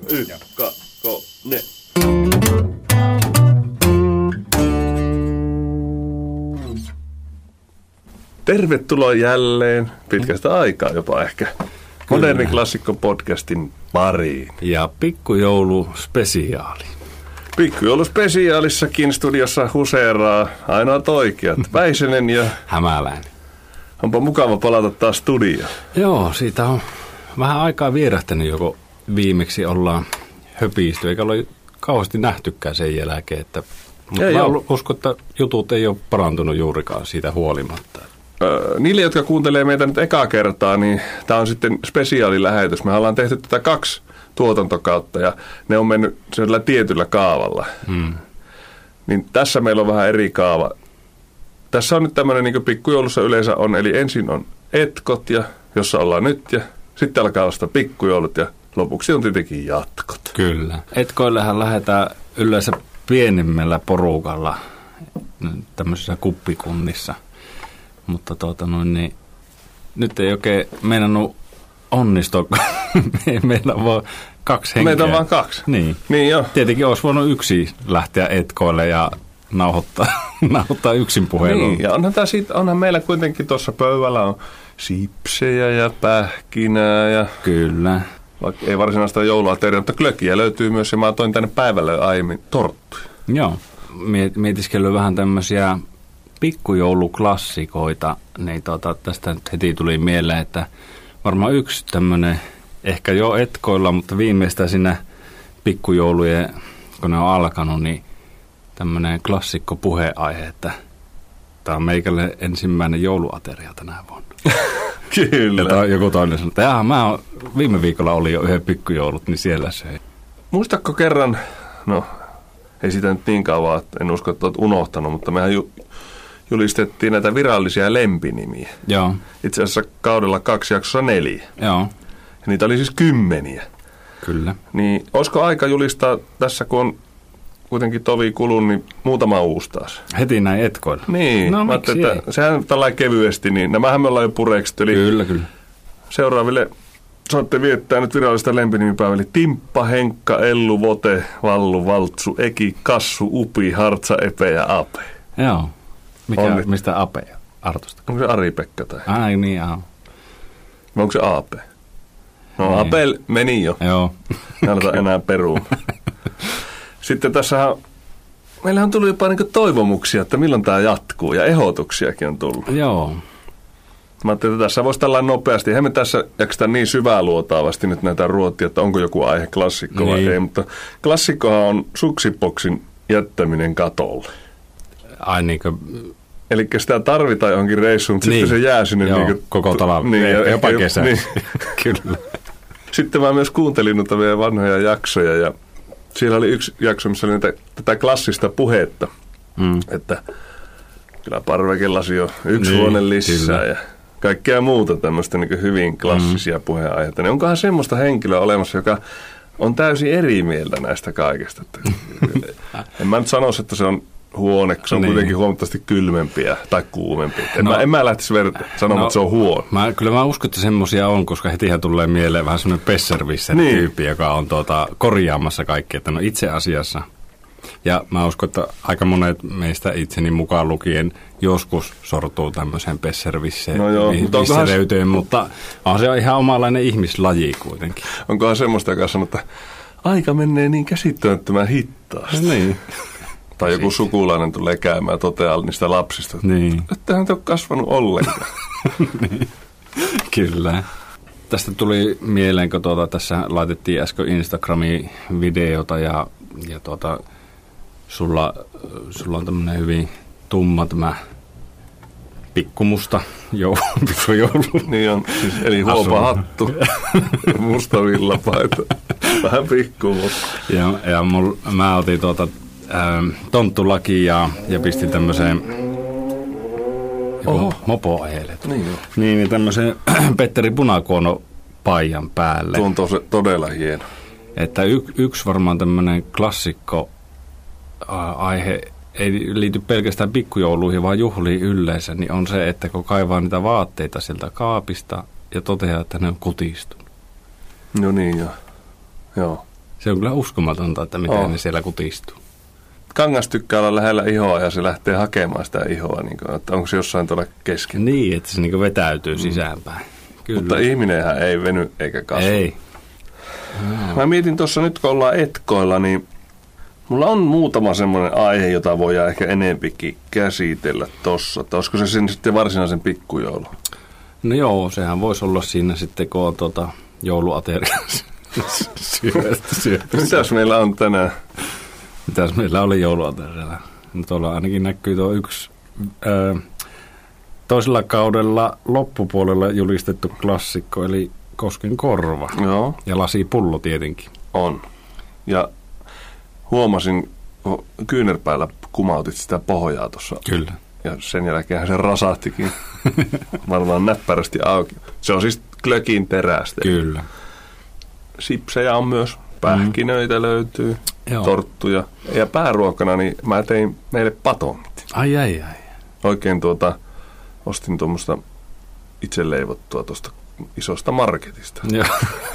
Ykkönen. Tervetuloa jälleen, pitkästä aikaa jopa ehkä, Moderni Klassikko-podcastin pariin. Ja pikkujouluspesiaali. Pikkujouluspesiaalissakin studiossa huseeraa ainoat oikeat, Väisänen ja Hämäläinen. Onpa mukava palata taas studioon. Joo, siitä on vähän aikaa vierähtänyt, joko viimeksi ollaan höpisty, eikä ole kauheasti nähtykään sen jälkeen. Mutta mä uskon, että jutut ei ole parantunut juurikaan siitä huolimatta. Niille, jotka kuuntelee meitä nyt ekaa kertaa, niin tämä on sitten spesiaalilähetys. Me ollaan tehty tätä 2 tuotantokautta ja ne on mennyt sillä tietyllä kaavalla. Niin tässä meillä on vähän eri kaava. Tässä on nyt tämmöinen, niin kuin pikkujoulussa yleensä on, eli ensin on etkot, ja jossa ollaan nyt, ja sitten alkaa vasta pikkujoulut, ja lopuksi on tietenkin jatkot. Kyllä. Etkoillehan lähdetään yleensä pienemmällä porukalla, tämmöisissä kuppikunnissa. Mutta niin, nyt ei oikein meinannut onnistua, kun meillä on vaan 2 henkeä. Meitä on vaan 2. Niin joo. Tietenkin olisi voinut yksi lähteä etkoille ja nauhoittaa yksin puhelun. Niin, ja onhan meillä kuitenkin tuossa pöydällä on sipsejä ja pähkinää. Ja kyllä. Vaikka ei varsinaista jouluateria, mutta glögiä löytyy myös, ja mä toin tänne päivälle aiemmin torttuja. Joo, mietiskellyt vähän tämmöisiä pikkujouluklassikoita, niin tästä nyt heti tuli mieleen, että varmaan yksi tämmöinen, ehkä jo etkoilla, mutta viimeistään siinä pikkujoulujen, kun ne on alkanut, niin tämmöinen klassikko puheaihe, että tämä on meikälle ensimmäinen jouluateria tänä vuonna. Kyllä. Ja joku toinen sanoi, että mä viime viikolla oli jo yhden pikkujoulut, niin siellä söi. Muistatko kerran, no ei sitä nyt niin kauan, että en usko, että olet unohtanut, mutta mehän julistettiin näitä virallisia lempinimiä. Joo. Itse asiassa kaudella 2 jaksossa 4. Joo. Ja niitä oli siis 10. Kyllä. Niin olisiko aika julistaa tässä, kun on kuitenkin tovi kulun, niin muutama uusi taas? Heti näin etkoilla. Niin. No miksi ei? Sehän tällainen kevyesti, niin nämähän me ollaan jo pureksittu. Kyllä. Seuraaville saatte viettää nyt virallista lempinimipäivää. Timppa, Henkka, Ellu, Vote, Vallu, Valtsu, Eki, Kassu, Upi, Hartsa, Epe ja Ape. Joo. Mistä Ape? Artusta? Onko se Ari-Pekka tai? Ai niin, joo. Vai onko se Ape? No niin. Ape meni jo. Joo. Ei aleta enää peruun. Sitten tässähän, meillähän on tullut jopa niin toivomuksia, että milloin tämä jatkuu, ja ehdotuksiakin on tullut. Joo. Mä ajattelin, että tässä voisi tällainen nopeasti. Eihän me tässä jaksetaan niin syvää luotaavasti nyt näitä ruotia, että onko joku aihe klassikko niin. Vai ei. Mutta klassikkohan on suksipoksin jättäminen katolle. Ai niin kuin... Eli sitä tarvitaan johonkin reissuun, mutta sitten se jää sinne. Joo, niin koko talven, niin, jopa kesä. Niin. Kyllä. Sitten mä myös kuuntelin noita meidän vanhoja jaksoja, ja siellä oli yksi jakso, missä oli tätä klassista puhetta, että kyllä parvekelasi on yksi huone lisää ja kaikkea muuta tämmöistä niin hyvin klassisia puheenaiheita. Niin onkohan semmoista henkilöä olemassa, joka on täysin eri mieltä näistä kaikesta? En mä nyt sanoisi, että se on huone, se on kuitenkin huomattavasti kylmempiä tai kuumempia. En mä lähtisi sanomaan, että se on huono. Kyllä mä uskon, että semmoisia on, koska hetihän tulee mieleen vähän semmoinen besserwisser-tyyppi, joka on korjaamassa kaikkea. Että no itse asiassa, ja mä uskon, että aika monet meistä itseni mukaan lukien joskus sortuu tämmöiseen besserwissereyteen, mutta on se ihan omanlainen ihmislaji kuitenkin. Onkohan semmoista, joka sanoo, että aika menee niin käsittämättömän hittaasti. Niin. Tai joku sukulainen tulee käymään ja toteaa niistä lapsista, että hän ei ole kasvanut ollenkaan. Niin. Kyllä. Tästä tuli mieleen, kun tässä laitettiin äsken Instagramiin videota ja sulla on tämmöinen hyvin tumma tämä pikkumusta pikkujoulu. Niin on, siis, eli huopahattu, musta villapaita, vähän pikkumusta. Ja mä otin tonttulaki ja pistin tämmöiseen mopoajelet. Niin tämmöiseen Petteri Punakuono paijan päälle. Tuo on todella hieno. Että yksi varmaan tämmöinen klassikko aihe ei liity pelkästään pikkujouluihin, vaan juhliin yleensä, niin on se, että kun kaivaa niitä vaatteita sieltä kaapista ja toteaa, että ne on kutistunut. No niin, joo. Se on kyllä uskomatonta, että miten ne siellä kutistuu. Kangas tykkää olla lähellä ihoa ja se lähtee hakemaan sitä ihoa, niin kuin, että onko se jossain tuolla kesken. Niin, että se niin vetäytyy sisäänpäin. Kyllä. Mutta ihminenhän ei veny eikä kasva. Ei. Mä mietin tuossa nyt, kun ollaan etkoilla, niin mulla on muutama semmoinen aihe, jota voidaan ehkä enempikin käsitellä tossa. Että olisiko se sitten varsinaisen pikkujoulu? No joo, sehän voisi olla siinä sitten, kun on jouluateriassa syötössä. Mitäs meillä on tänään? Mitäs meillä oli jouluaterialla? No tuolla ainakin näkyy tuo yksi toisella kaudella loppupuolella julistettu klassikko, eli Kosken korva. Joo. Ja lasipullo tietenkin. On. Ja huomasin, kyynärpäällä kumautit sitä pohjaa tuossa. Kyllä. Ja sen jälkeen se rasahtikin varmaan näppärästi auki. Se on siis glögin terästä. Kyllä. Sipsejä on myös, pähkinöitä löytyy, torttuja. Ja pääruokana niin mä tein meille patongit. Ai. Oikein ostin tuommoista itse leivottua tuosta isosta marketista. Joo.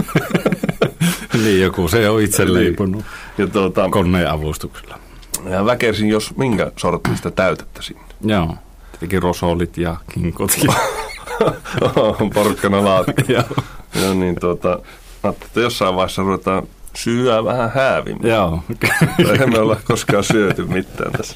Niin joku, se on itse leiponut koneen avustuksella. Ja väkersin, jos minkä sortista täytettä sinne. Joo, tietenkin rosolit ja kinkot. Porkkana laatikko. Joo, niin että jossain vaiheessa ruvetaan syödä vähän häävimmin. Joo. Eihän me olla koskaan syöty mitään tässä.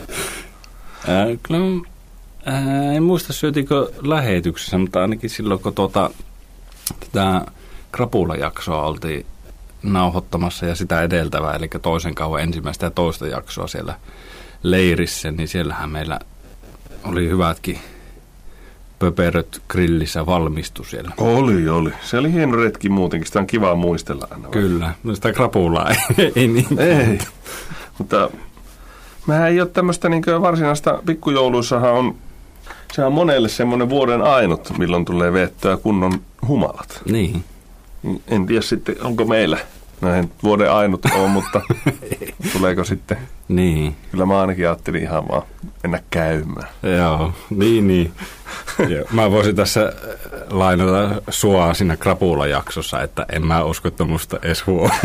En muista syötikö lähetyksessä, mutta ainakin silloin, kun tätä krapulajaksoa oltiin nauhoittamassa ja sitä edeltävää, eli toisen kauan ensimmäistä ja toista jaksoa siellä leirissä, niin siellähän meillä oli hyvätkin pöperöt grillissä valmistu siellä. Oli. Se oli hieno retki muutenkin, sitä on kivaa muistella aina. Kyllä, no sitä krapulaa ei niin. Ei, mutta mehän ei ole tämmöistä niin varsinaista, pikkujouluissahan on, sehän on monelle semmoinen vuoden ainut, milloin tulee veettyä kunnon humalat. Niin. En tiedä sitten, onko meillä näin vuoden ainut on, mutta tuleeko sitten? Niin. Kyllä mä ainakin ajattelin ihan vaan mennä käymään. Joo, niin. Mä voisin tässä lainata sua siinä krapulajaksossa, että en mä usko, että musta edes huomaa.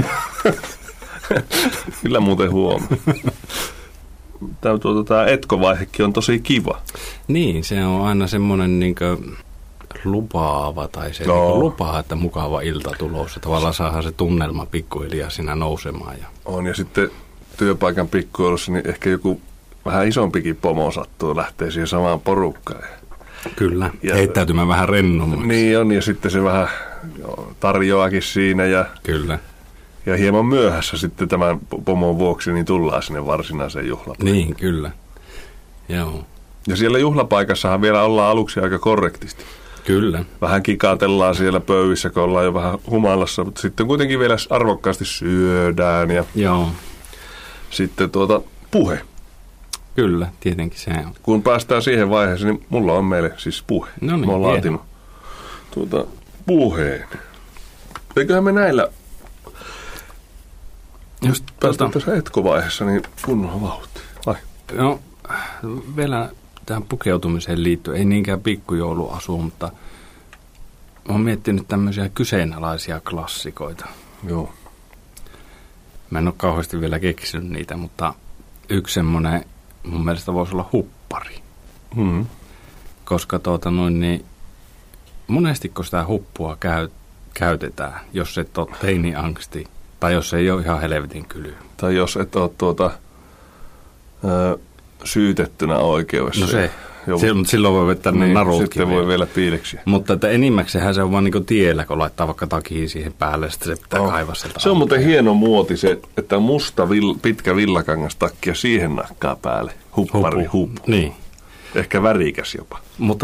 Kyllä muuten huomaa. Tämä etkovaihekin on tosi kiva. Niin, se on aina semmoinen lupaava tai se lupaa, että mukava ilta tulossa. Tavallaan saadaan se tunnelma pikkuhiljaa siinä nousemaan. On, ja sitten työpaikan pikkujoulussa niin ehkä joku vähän isompikin pomo sattuu lähtee siihen samaan porukkaan. Kyllä, heittäytymään vähän rennommaksi. Niin on, ja sitten se vähän tarjoakin siinä. Kyllä. Ja hieman myöhässä sitten tämän pomon vuoksi niin tullaan sinne varsinaiseen juhlapaikkaan. Niin, kyllä. Joo. Ja siellä juhlapaikassahan vielä ollaan aluksi aika korrektisti. Kyllä. Vähän kikatellaan siellä pöydissä, kun ollaan jo vähän humalassa, mutta sitten kuitenkin vielä arvokkaasti syödään. Ja joo. Sitten puhe. Kyllä, tietenkin se on. Kun päästään siihen vaiheeseen, niin mulla on meille siis puhe. No niin, mä oon laatinut puheen. Eiköhän me näillä, jos päästään tässä etkovaiheessa, niin kunnon vauhti. Vai? No, vielä tähän pukeutumiseen liittyen, ei niinkään pikkujouluasu, mutta mä oon miettinyt tämmöisiä kyseenalaisia klassikoita. Joo. Mä en ole kauheasti vielä keksinyt niitä, mutta yksi semmoinen mun mielestä voisi olla huppari. Mm-hmm. Koska niin monesti kun sitä huppua käytetään, jos et ole teiniangsti, tai jos ei ole ihan helvetin kyly. Tai jos et ole syytettynä oikeudessa. No se. Silloin voi vetää ne narutkin. Sitten voi vielä piileksiä. Mutta että enimmäkseen se on vaan niin tiellä, kun laittaa vaikka takia siihen päälle, ja sitten se pitää kaivaa sieltä. Se on muuten hieno muoti se, että musta pitkä villakangas takki ja siihen nakkaa päälle. Huppari, huppu. Niin. Ehkä värikäs jopa. Mutta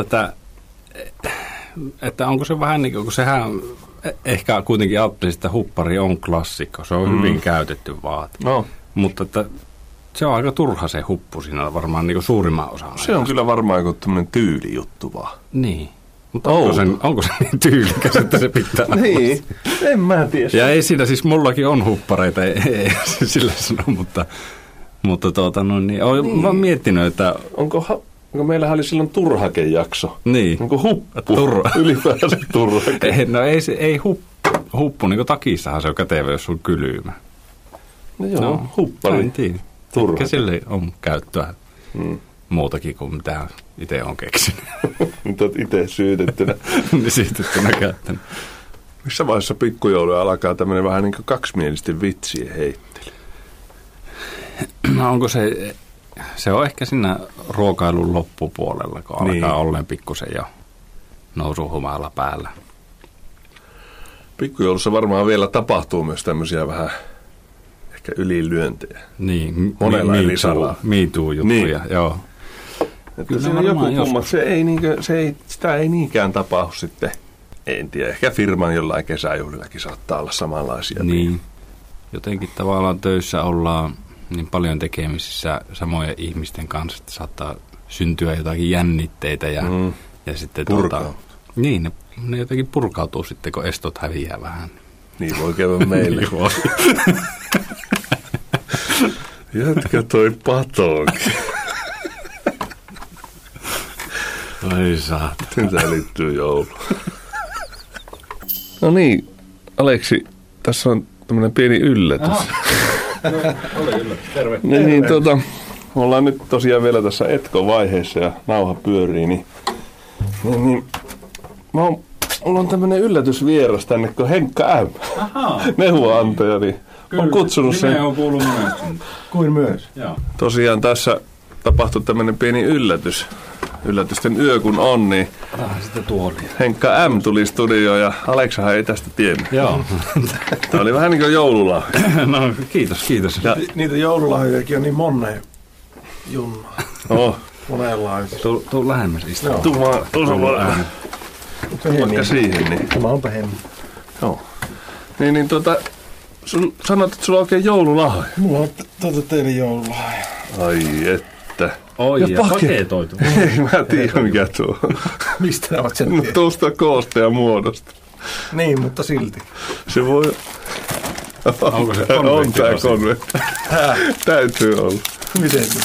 että onko se vähän niin kuin, kun sehän ehkä kuitenkin ajattelisi, että huppari on klassikko. Se on hyvin käytetty vaate. No. Mutta että se on aika turha se huppu siinä varmaan niin suurimman osan. Se on kyllä varmaan joku tämmöinen tyylijuttu vaan. Niin. Mutta onko se niin tyylikäs, että se pitää niin, en mä tiedä. Ja ei siinä siis, mullakin on huppareita, ei sillä sano, mutta niin, olen vaan miettinyt, että Onko meillähän oli silloin turhakejakso. Niin. Onko huppu? Ylipäänsä turhake. No ei huppu niin kuin takissahan se on kätevä, jos on kylmä. No joo, huppari. En tiedä. Ehkä sille on käyttöä muutakin kuin mitä itse on keksinyt. Nyt olet itse syytettynä. Syytettynä käyttänyt. Missä vaiheessa pikkujouluja alkaa tämmöinen vähän niin kuin kaksimielisten vitsien heittely? No onko se on ehkä siinä ruokailun loppupuolella, kun alkaa olleen pikkusen jo nousuhumalla päällä. Pikkujoulussa varmaan vielä tapahtuu myös tämmöisiä vähän ehkä ylilyöntejä. Niin, monella eri salaa. Me Too-juttuja, joo. Että siinä on joku kumma, sitä ei niinkään tapahdu sitten. En tiedä, ehkä firman jollain kesäjuhlillakin saattaa olla samanlaisia. Niin, jotenkin tavallaan töissä ollaan niin paljon tekemisissä samojen ihmisten kanssa, että saattaa syntyä jotakin jännitteitä ja sitten niin, ne jotenkin purkautuu sitten, kun estot häviää vähän. Niin voi käydä meille. Jätkä toi patoonkin. Ai saat. Tämä liittyy jouluun. No niin, Aleksi, tässä on tämmöinen pieni yllätys. Ole yllätys, terve. Niin, me ollaan nyt tosiaan vielä tässä etkovaiheessa ja nauha pyörii, niin mulla on tämmöinen yllätysvieras tänne, kun Henkka M. Neuvoantaja, niin on kutsunut sen. On kuullut monesti. Kuin myös. Joo. Tosiaan tässä tapahtui tämmöinen pieni yllätysten yö kun on, niin sitä tuolia. Henkka M tuli studioon ja Aleksahan ei tästä tiennyt. Joo. Tämä oli vähän niin kuin joululahja. No kiitos. Ja niitä joululahjojakin on niin moneen junnaa. Monenlaisia. Tuu lähemmäs istua. Tuossa vaikka siihen. Niin. Tämä onpa hemmi. Joo. Niin sanot, että sulla on oikein joululahja. Mulla on teille joululahja. Ai että. Oi, ja paketoitu. Ei mä tiedä mikä tuo. Mistä ne ovat sen tiedä? Tuosta koosta ja muodosta. Niin, mutta silti. Se voi... Onko se konvekti? On tää konvekti. Täytyy olla. Miten se?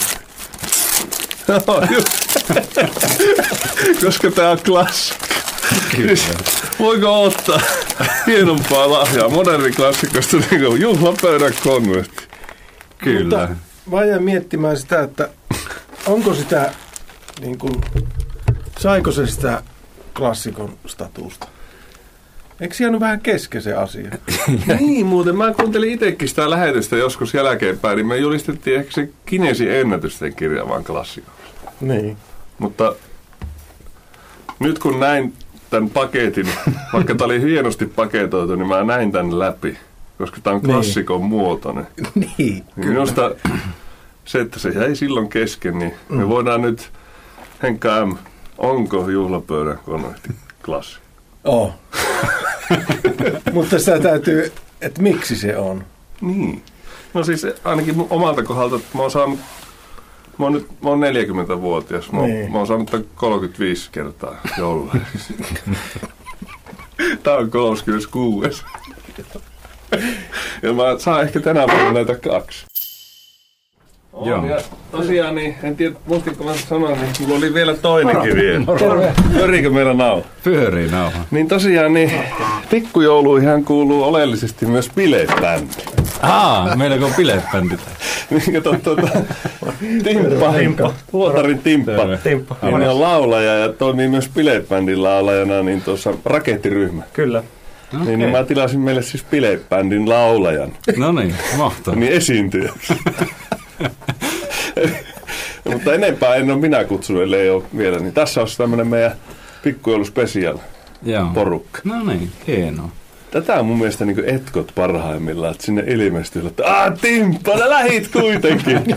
Koska tää on klassikko. Voiko ottaa hienompaa lahjaa moderni klassikosta niin kuin juhlapöydän konvekti? Kyllä. Mutta mä jäin miettimään sitä, että onko sitä, niin kuin, saiko se sitä klassikon statusta? Eikö se jäänyt vähän kesken se asia? Niin, muuten mä kuuntelin itsekin sitä lähetystä joskus jälkeenpäin, niin me julistettiin ehkä se Guinnessin ennätysten kirjaavan klassikoksi. Niin. Mutta nyt kun näin tämän paketin, vaikka tämä oli hienosti paketoitu, niin mä näin tämän läpi, koska tämä on klassikon muotoinen. Niin, kyllä. Minusta se, että se jäi silloin kesken, niin me voidaan nyt, Henkka M, onko juhlapöydän konvekti klassikko? On. Mutta sitä täytyy, että miksi se on. Niin. No siis ainakin omalta kohdalta, että mä oon 40-vuotias. Mä oon saanut tämän 35 kertaa joulua. Tää on 36. Ja mä saan ehkä tänä vuonna näitä 2. Joo. Ja tosiaan, niin, en tiedä, muistinko mä sanoa, niin mulla oli vielä toinenkin vielä. Pyöriikö meillä nauha? Pyörii nauha. Niin tosiaan, niin pikkujouluihin kuuluu oleellisesti myös bileebändi. Meilläkö on bileebändi? Niin, Timppa. Luotarin Timppa. Hän on laulaja ja toimii myös bileebändin laulajana niin tuossa rakettiryhmä. Kyllä. Okay. Niin mä tilasin meille siis bileebändin laulajan. No niin, mahtavaa. Niin esiintyjäksi. Mutta enempää en ole minä kutsunut, ellei ole vielä. Niin tässä on tämmöinen meidän pikkujouluspesial porukka. No niin, hienoa. Tätä on mun mielestä niin kuin etkot parhaimmillaan, että sinne ilmestyy, että Timppa, no lähit kuitenkin.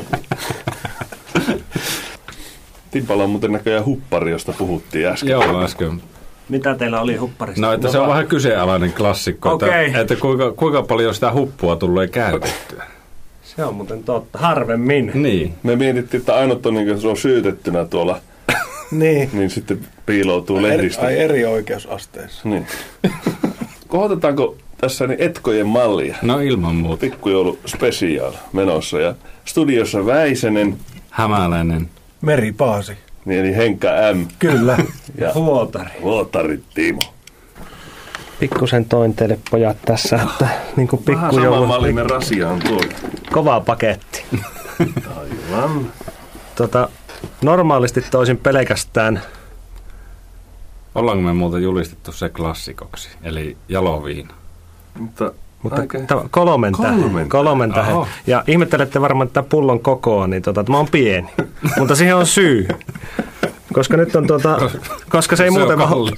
Timpalla on muuten näköjään huppari, josta puhuttiin äsken. Joo, äsken. Mitä teillä oli hupparista? No, että se on vähän kyseenalainen klassikko, että kuinka paljon sitä huppua tulee käytettyä. Se on muuten totta. Harvemmin. Niin. Me mietittiin, että ainut on, niin se on syytettynä tuolla, niin sitten piiloutuu lehdistä. Eri oikeusasteessa. Niin. Kohotetaanko tässä niin etkojen mallia? No ilman muuta. Pikkujoulu special menossa ja studiossa Väisenen. Hämäläinen. Meri Paasi. Niin, eli Henkka M. Kyllä. Ja Luotari Timo. Pikkusen toin teille pojat tässä, että niin kuin vähän samanmallinen rasia on tuolla. Kova paketti. Aivan. Normaalisti toisin pelkästään. Ollaanko me muuten julistettu se klassikoksi, eli jaloviina? Mutta kolmen tähän. Ja ihmettelette varmaan tätä pullon kokoa, niin tämä on pieni. Mutta siihen on syy. Koska nyt on koska se ei muuten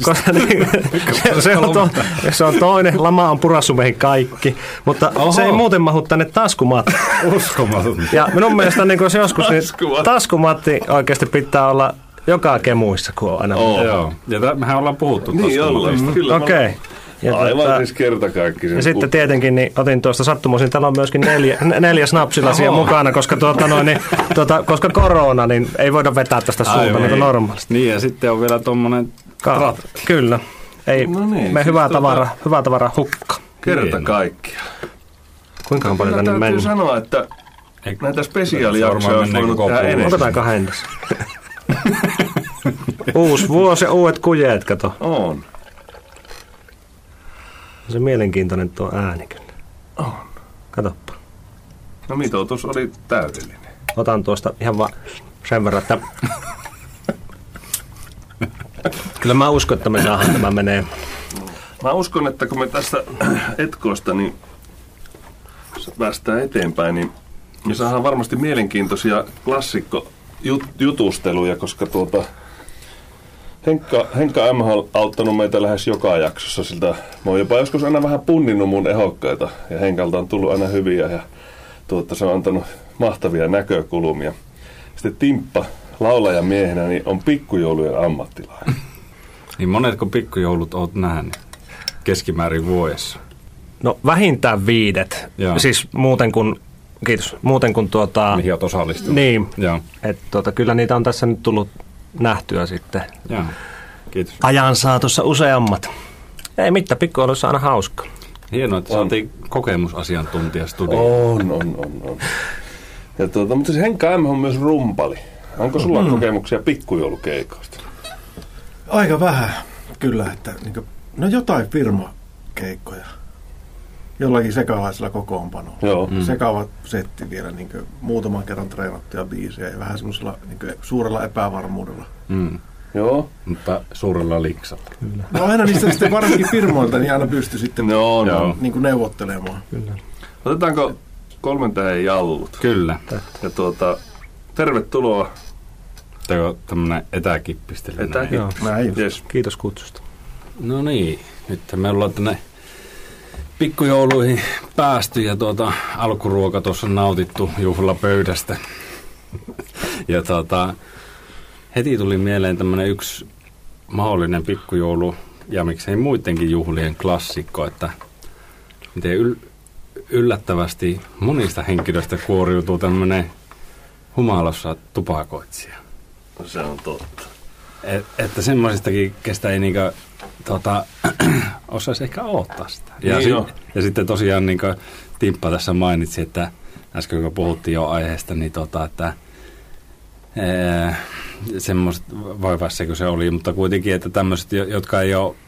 se on toinen, lama on purassu meihin kaikki, mutta se ei muuten mahu tänne taskumattiin. Uskomaton. Ja minun mielestä niin jos joskus niin taskumatti oikeasti pitää olla joka kemuissa, kun on aina. Joo, ja mehän ollaan puhuttu taskumatista. Kyllä. Okei. Aivan siis kertakaikkisen. Ja sitten tietenkin niin otin tuosta sattumoisin, täällä on myöskin neljä snapsilasia mukana, koska, koska korona, niin ei voida vetää tästä suunta niin kuin normaalisti. Niin, ja sitten on vielä tuommoinen tratti. Kyllä. Ei, me hyvä tavara hukka. Kerta kaikkia. Kuinka paljon tänne mennään? Täytyy sanoa, että näitä spesiaalijaksoja olisi voinut tehdä enemmän. Otetaan 2 Uusi vuosi ja uudet kujeet, kato. On. Se mielenkiintoinen tuo ääni kyllä. On. Katoppa. No mitoitus oli täydellinen. Otan tuosta ihan vaan sen verran, että kyllä mä uskon, että me saadaan tämä menee. Mä uskon, että kun me tästä etkosta niin päästään eteenpäin, niin me saadaan varmasti mielenkiintoisia klassikkojutusteluja, koska Henkka M. on auttanut meitä lähes joka jaksossa siltä. Mä oon jopa joskus aina vähän punninnut mun ehokkaita ja Henkalta on tullut aina hyviä ja se on antanut mahtavia näkökulmia. Sitten Timppa laulajamiehenä niin on pikkujoulujen ammattilainen. Niin monetko pikkujoulut oot nähnyt keskimäärin vuodessa? No vähintään 5. Joo. Siis muuten kuin mihin oot osallistunut. Niin. Joo. Kyllä niitä on tässä nyt tullut nähtyä sitten. Joo. Kiitos. Ajan saatossa useammat. Ei mitään, pikkujouluissa on aina hauska. Hienoa, että saatiin kokemusasiantuntija studioon. On. Ja mutta se Henkka M. on myös rumpali. Onko sulla kokemuksia pikkujoulukeikoista? Aika vähän, kyllä. Että, no jotain firmakeikkoja. Jollakin sekalaisella kokoonpanolla. Joo. Sekava setti vielä, muutaman kerran treenattuja biisejä ja vähän semmoisella suurella epävarmuudella. Joo. Mutta suurella liksalla. Kyllä. No aina niistä sitten varsinkin firmoilta niin aina pystyi sitten neuvottelemaan. Kyllä. Otetaanko 3 tähän jallut? Kyllä. Ja tervetuloa. Tämä on tämmöinen etäkippistely. Yes. Kiitos kutsusta. No niin, nyt me ollaan tänne pikkujouluihin päästy ja alkuruoka tuossa nautittu juhlapöydästä. Ja heti tuli mieleen tämmöinen yksi mahdollinen pikkujoulu ja miksei muidenkin juhlien klassikko, että miten yllättävästi monista henkilöistä kuoriutuu tämmöinen humalassa tupakoitsija. Se on totta. Että semmoisistakin, kestä ei osaisi ehkä odottaa sitä. Ja sitten tosiaan Timppa tässä mainitsi, että äsken kun puhuttiin jo aiheesta, niin että semmoiset, voi se se oli, mutta kuitenkin, että tämmöiset, jotka ei ole,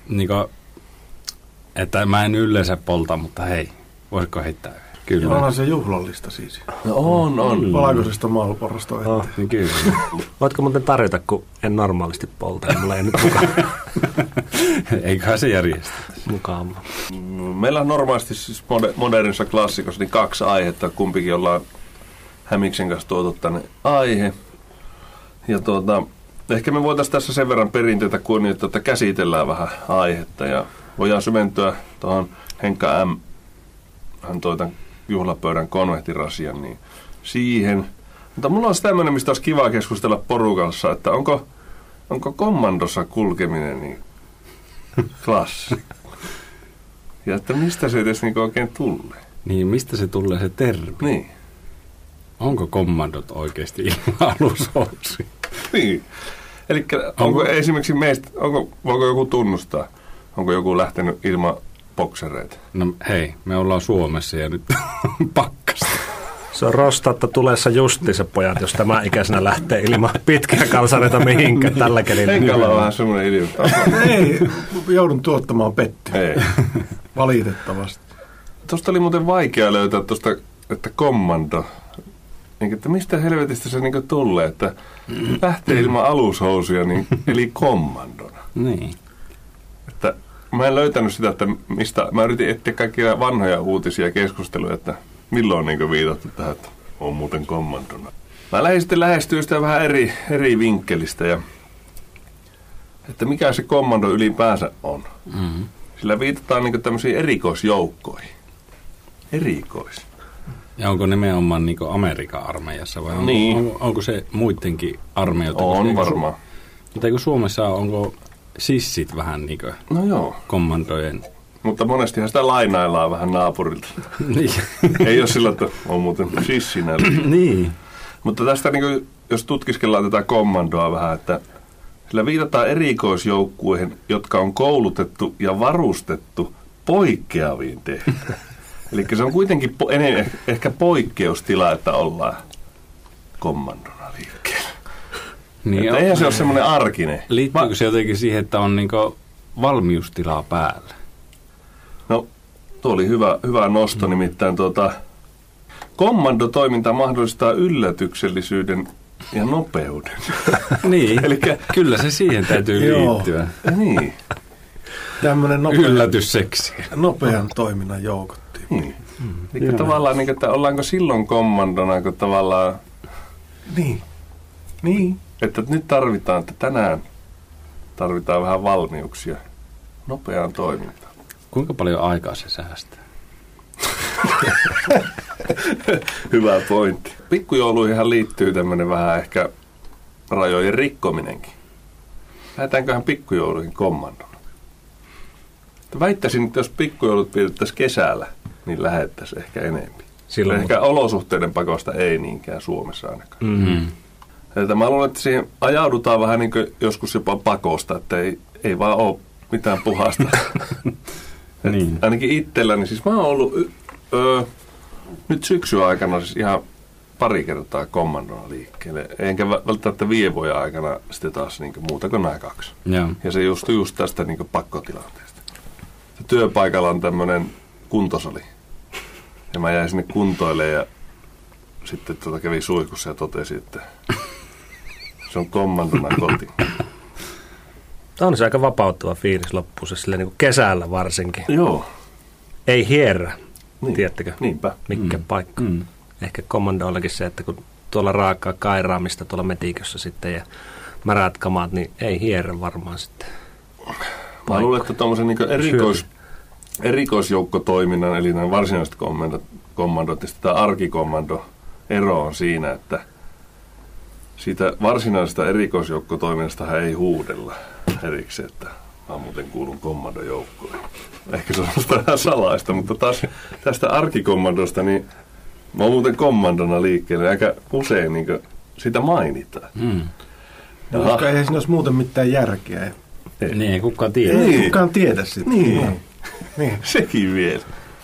että mä en yleensä polta, mutta hei, voisiko heittää? Kyllä. Onhan se juhlallista siis. No on. Valkoisesta maalporosta eteen. Niin kyllä. Voitko muuten tarjota, kun en normaalisti polta, ja mulla ei nyt mukaan. Eiköhän se järjestä. Mukaan. Meillä on normaalisti siis modernissa klassikossa niin 2 aihetta. Kumpikin ollaan Hämiksen kanssa tuotu tänne aihe. Ja ehkä me voitaisiin tässä sen verran perinteitä kunnioittaa, että käsitellään vähän aihetta. Ja voidaan syventyä tuohon Henkka M. Hän toi tämän juhlapöydän konvehtirasian, niin siihen. Mutta mulla on tämmöinen, mistä olisi kiva keskustella porukassa, että onko kommandossa kulkeminen niin klassikko? Ja että mistä se edes oikein tulee? Niin, mistä se tulee se termi? Niin. Onko kommandot oikeasti ilman alushousuja? Niin. Eli onko esimerkiksi voiko joku tunnustaa, onko joku lähtenyt ilman boksereita? No hei, me ollaan Suomessa ja nyt pakkasta. Se on rostatta tulessa justiinsa pojat, jos tämä ikäisenä lähtee ilman pitkiä kalsareita mihinkään tällä kelillä. Henkalla on vähän semmoinen idiota. Ei, joudun tuottamaan pettyä. Ei. Valitettavasti. Tuosta oli muuten vaikea löytää tuosta että kommando, niin, että mistä helvetistä se niin tulee, että lähtee ilman alushousuja, niin, eli kommandona. Niin. Että mä en löytänyt sitä, että mistä, mä yritin etsiä kaikkia vanhoja uutisia ja keskusteluja, että milloin on niin viitattu tähän, että on muuten kommandona. Mä lähdin sitten lähestyä sitä vähän eri vinkkelistä ja että mikä se kommando ylipäänsä on. Mm-hmm. Sillä viitataan niin tämmöisiin erikoisjoukkoihin. Erikois. Ja onko nimenomaan niin Amerikan armeijassa vai onko se muidenkin armeijoita? On varmaan. Mutta eikö Suomessa onko sissit vähän niin kuin kommandojen? Mutta monestihan sitä lainaillaan vähän naapurilta. Niin. Ei ole sillä, että on muuten sissinä. Niin. Mutta tästä, niin kuin, jos tutkiskellaan tätä kommandoa vähän, että sillä viitataan erikoisjoukkueihin, jotka on koulutettu ja varustettu poikkeaviin tehtäviin. Eli se on kuitenkin ehkä poikkeustila, että ollaan kommandona liikkeellä. Niin eihän se ole semmoinen arkinen. Liittyykö se jotenkin siihen, että on niinku valmiustilaa päällä? No, tuo oli hyvä nosto, nimittäin kommandotoiminta mahdollistaa yllätyksellisyyden ja nopeuden. Niin, kyllä se siihen täytyy liittyä. Niin. Tämmöinen yllätysseksi. Nopean toiminnan joukot. Niin. Eli tavallaan, niin, että ollaanko silloin kommandona, kun tavallaan... Niin. Että nyt tarvitaan, että tänään tarvitaan vähän valmiuksia nopeaan toimintaan. Kuinka paljon aikaa se säästää? Hyvä pointti. Pikkujouluihinhan liittyy tämmöinen vähän ehkä rajojen rikkominenkin. Lähdetäänköhän pikkujouluihin kommandona? Väittäisin, että jos pikkujoulut pidettäisiin kesällä, niin lähettäisiin ehkä enemmän. Silloin ehkä olosuhteiden pakosta ei niinkään Suomessa ainakaan. Mm-hmm. Että mä luulen, että siihen ajaudutaan vähän niin kuin joskus jopa pakosta, että ei vaan ole mitään puhasta. Niin. Ainakin itselläni, siis mä oon ollut nyt syksyn aikana siis ihan pari kertaa kommandona liikkeelle. Enkä välttämättä vuoden aikana sitten taas niin muuta kuin nämä 2. Ja se just tästä niin pakkotilanteesta. Työpaikalla on tämmöinen kuntosali. Ja mä jäin sinne kuntoille ja sitten kävin suihkussa ja totesin, että se on kommandona koti. On se aika vapauttava fiilis loppuun, silleen niin kuin kesällä varsinkin. Joo. Ei hierrä, tiedättekö? Niinpä. Mikä paikka. Ehkä kommandoillakin se, että kun tuolla raakaa kairaamista tuolla metikössä sitten ja märät kamaat, niin ei hierrä varmaan sitten. Mä luulen, että tuommoisen niin erikoisjoukkotoiminnan, eli nämä varsinaiset kommandot ja tämä arkikommando ero on siinä, että siitä varsinaisesta erikoisjoukkotoiminnasta ei huudella erikseen, että mä muuten kuulun kommandojoukkoihin. Ehkä se on vähän salaista, mutta taas tästä arkikommandosta, niin mä oon muuten kommandona liikkeelle, aika usein niin sitä mainitaan. No, koska ei siinä olisi muuten mitään järkeä. Niin, ei kukaan tiedä. Ei kukaan tiedä sitä. Niin. Sekin vielä.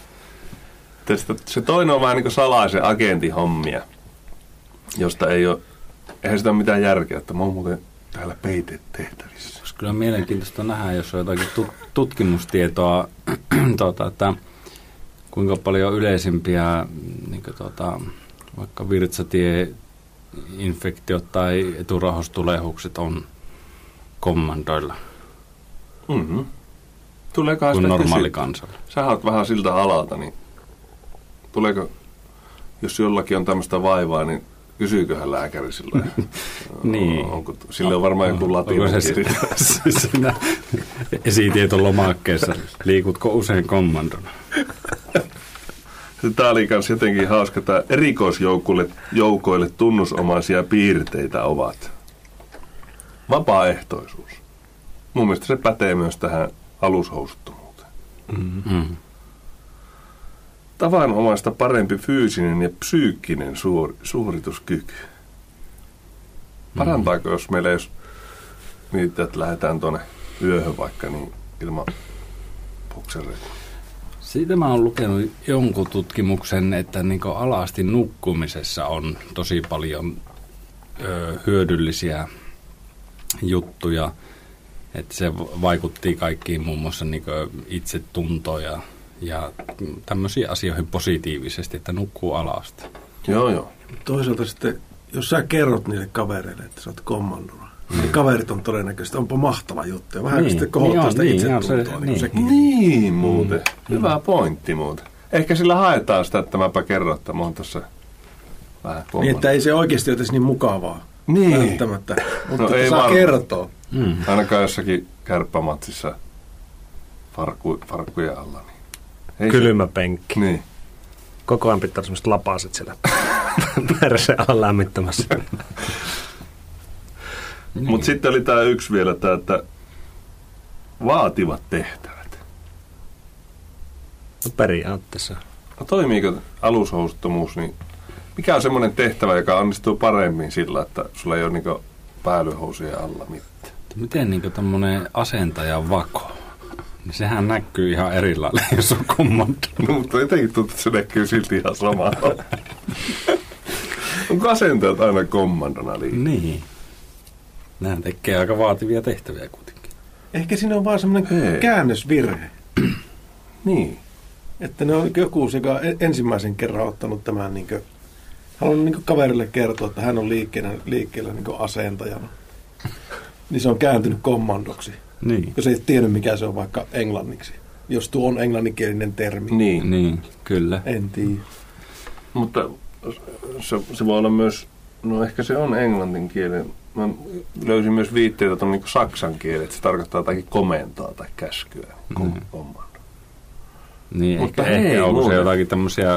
Se toinen on vähän niin kuin salaisen agentin hommia, josta eihän sitä ole mitään järkeä, että mä oon muuten täällä peitetehtävissä. Olisi kyllä mielenkiintoista nähdä, jos on jotakin tutkimustietoa, että kuinka paljon yleisimpiä niin vaikka virtsatieinfektiot tai eturauhastulehukset on kommandoilla. Mm-hmm. Tuleekohan kuin normaali kansalla. Sä oot vähän siltä alalta, niin tuleeko, jos jollakin on tämmöistä vaivaa, niin kysyyköhän lääkäri sillä? Niin. Sillä on varmaan joku latinakirja. Siinä esitietolomakkeessa. Liikutko usein kommandona? Tämä oli myös jotenkin hauska. Tämä erikoisjoukoille tunnusomaisia piirteitä ovat vapaaehtoisuus. Mun mielestä se pätee myös tähän alushousuttomuuteen. Mm-hmm. Tavanomaista parempi fyysinen ja psyykkinen suorituskyky. Parantaako, jos meillä jos mietitään, että lähdetään tuonne yöhön vaikka, niin ilman boksereita? Siitä mä oon lukenut jonkun tutkimuksen, että niin alasti nukkumisessa on tosi paljon hyödyllisiä juttuja. Että se vaikutti kaikkiin muun muassa niin itsetuntoon ja ja tämmöisiin asioihin positiivisesti, että nukkuu alasta. Joo. Toisaalta sitten, jos sä kerrot niille kavereille, että sä oot kommandona, niin kaverit on todennäköisesti, onpa mahtava juttu. Ja vähän sitten kohottaa sitä itsetuntoa. Niin muuten. Hyvä pointti muuten. Ehkä sillä haetaan sitä, että mäpä kerron, että mä oon tässä vähän kommandona. Niin, että ei se oikeasti jotensi niin mukavaa. Niin. Välttämättä. Mutta ei saa varmaan kertoa. Ainakaan jossakin kärppämatsissa farkkuja alla. Niin. Kylmä penkki. Niin. Koko ajan pitää olla semmoiset lapaset siellä perseen alla lämmittämässä. Niin. Mutta sitten oli tämä yksi vielä, tämä, että vaativat tehtävät. No periaatteessa. No toimiiko alushousuttomuus, niin mikä on semmoinen tehtävä, joka onnistuu paremmin sillä, että sulla ei ole niinku päällynhousuja alla mitään? Miten niinku tommonen asentajan vako? Niin sehän näkyy ihan eri lailla, jos on kommando. No, mutta jotenkin tuntuu, että se näkyy silti ihan samalla. Onko asentajat aina kommandona liikaa? Niin. Nämä tekee aika vaativia tehtäviä kuitenkin. Ehkä siinä on vaan semmoinen käännösvirhe. Niin. Että ne on joku, joka ensimmäisen kerran ottanut tämän, halunnut kaverille kertoa, että hän on liikkeellä asentajana. Niin se on kääntynyt kommandoksi. Niin. Jos ei tiennyt, mikä se on vaikka englanniksi. Jos tuo on englanninkielinen termi. Niin, kyllä. En tiedä. Mutta se voi olla myös, no ehkä se on englanninkielinen. Mä löysin myös viitteitä tuon saksan kieli, että se tarkoittaa jotakin komentoa tai käskyä. Kommando. Niin, mutta ehkä onko se jotakin tämmöisiä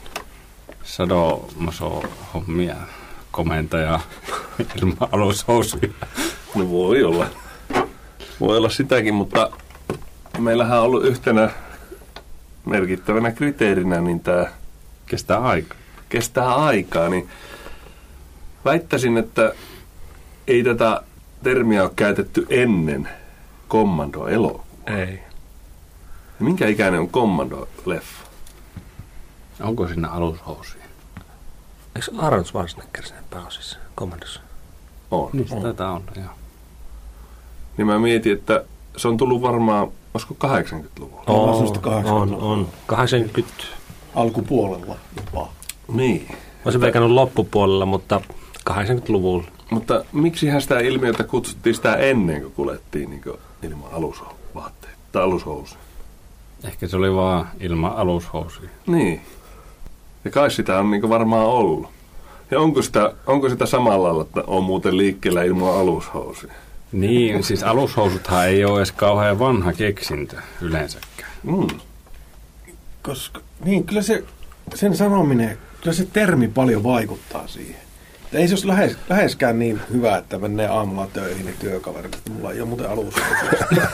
sadomaso-hommia, komentaja ilman alushousuja. No voi olla. Voi olla sitäkin, mutta meillähän on ollut yhtenä merkittävänä kriteerinä, niin tämä kestää aikaa, niin väittäisin, että ei tätä termiä ole käytetty ennen kommando-elokuvaa. Ei. Minkä ikäinen on kommando-leffa? Onko siinä alushousuja? Eikö Arnold Schwarzenegger siinä pääosissa kommandossa? On. Niin, tätä on, joo. Niin mä mietin, että se on tullut varmaan, olisiko 80-luvulla? On. 80 alkupuolella jopa. Niin. Olisin veikannut loppupuolella, mutta 80-luvulla. Mutta miksihän sitä ilmiötä kutsuttiin sitä ennen, kun kuljettiin niin ilman alusvaatteita tai alushousuja? Ehkä se oli vaan ilman alushousuja. Niin. Ja kai sitä on niin varmaan ollut. Ja onko sitä samalla lailla, että on muuten liikkeellä ilman alushousuja? Niin, siis alushousuthan ei ole edes kauhean vanha keksintö yleensäkään. Koska, niin kyllä sen sanominen, kyllä se termi paljon vaikuttaa siihen. Että ei se olisi läheskään niin hyvä, että menee aamulla töihin niin työkaverit, että mulla ei ole muuten alushousuja.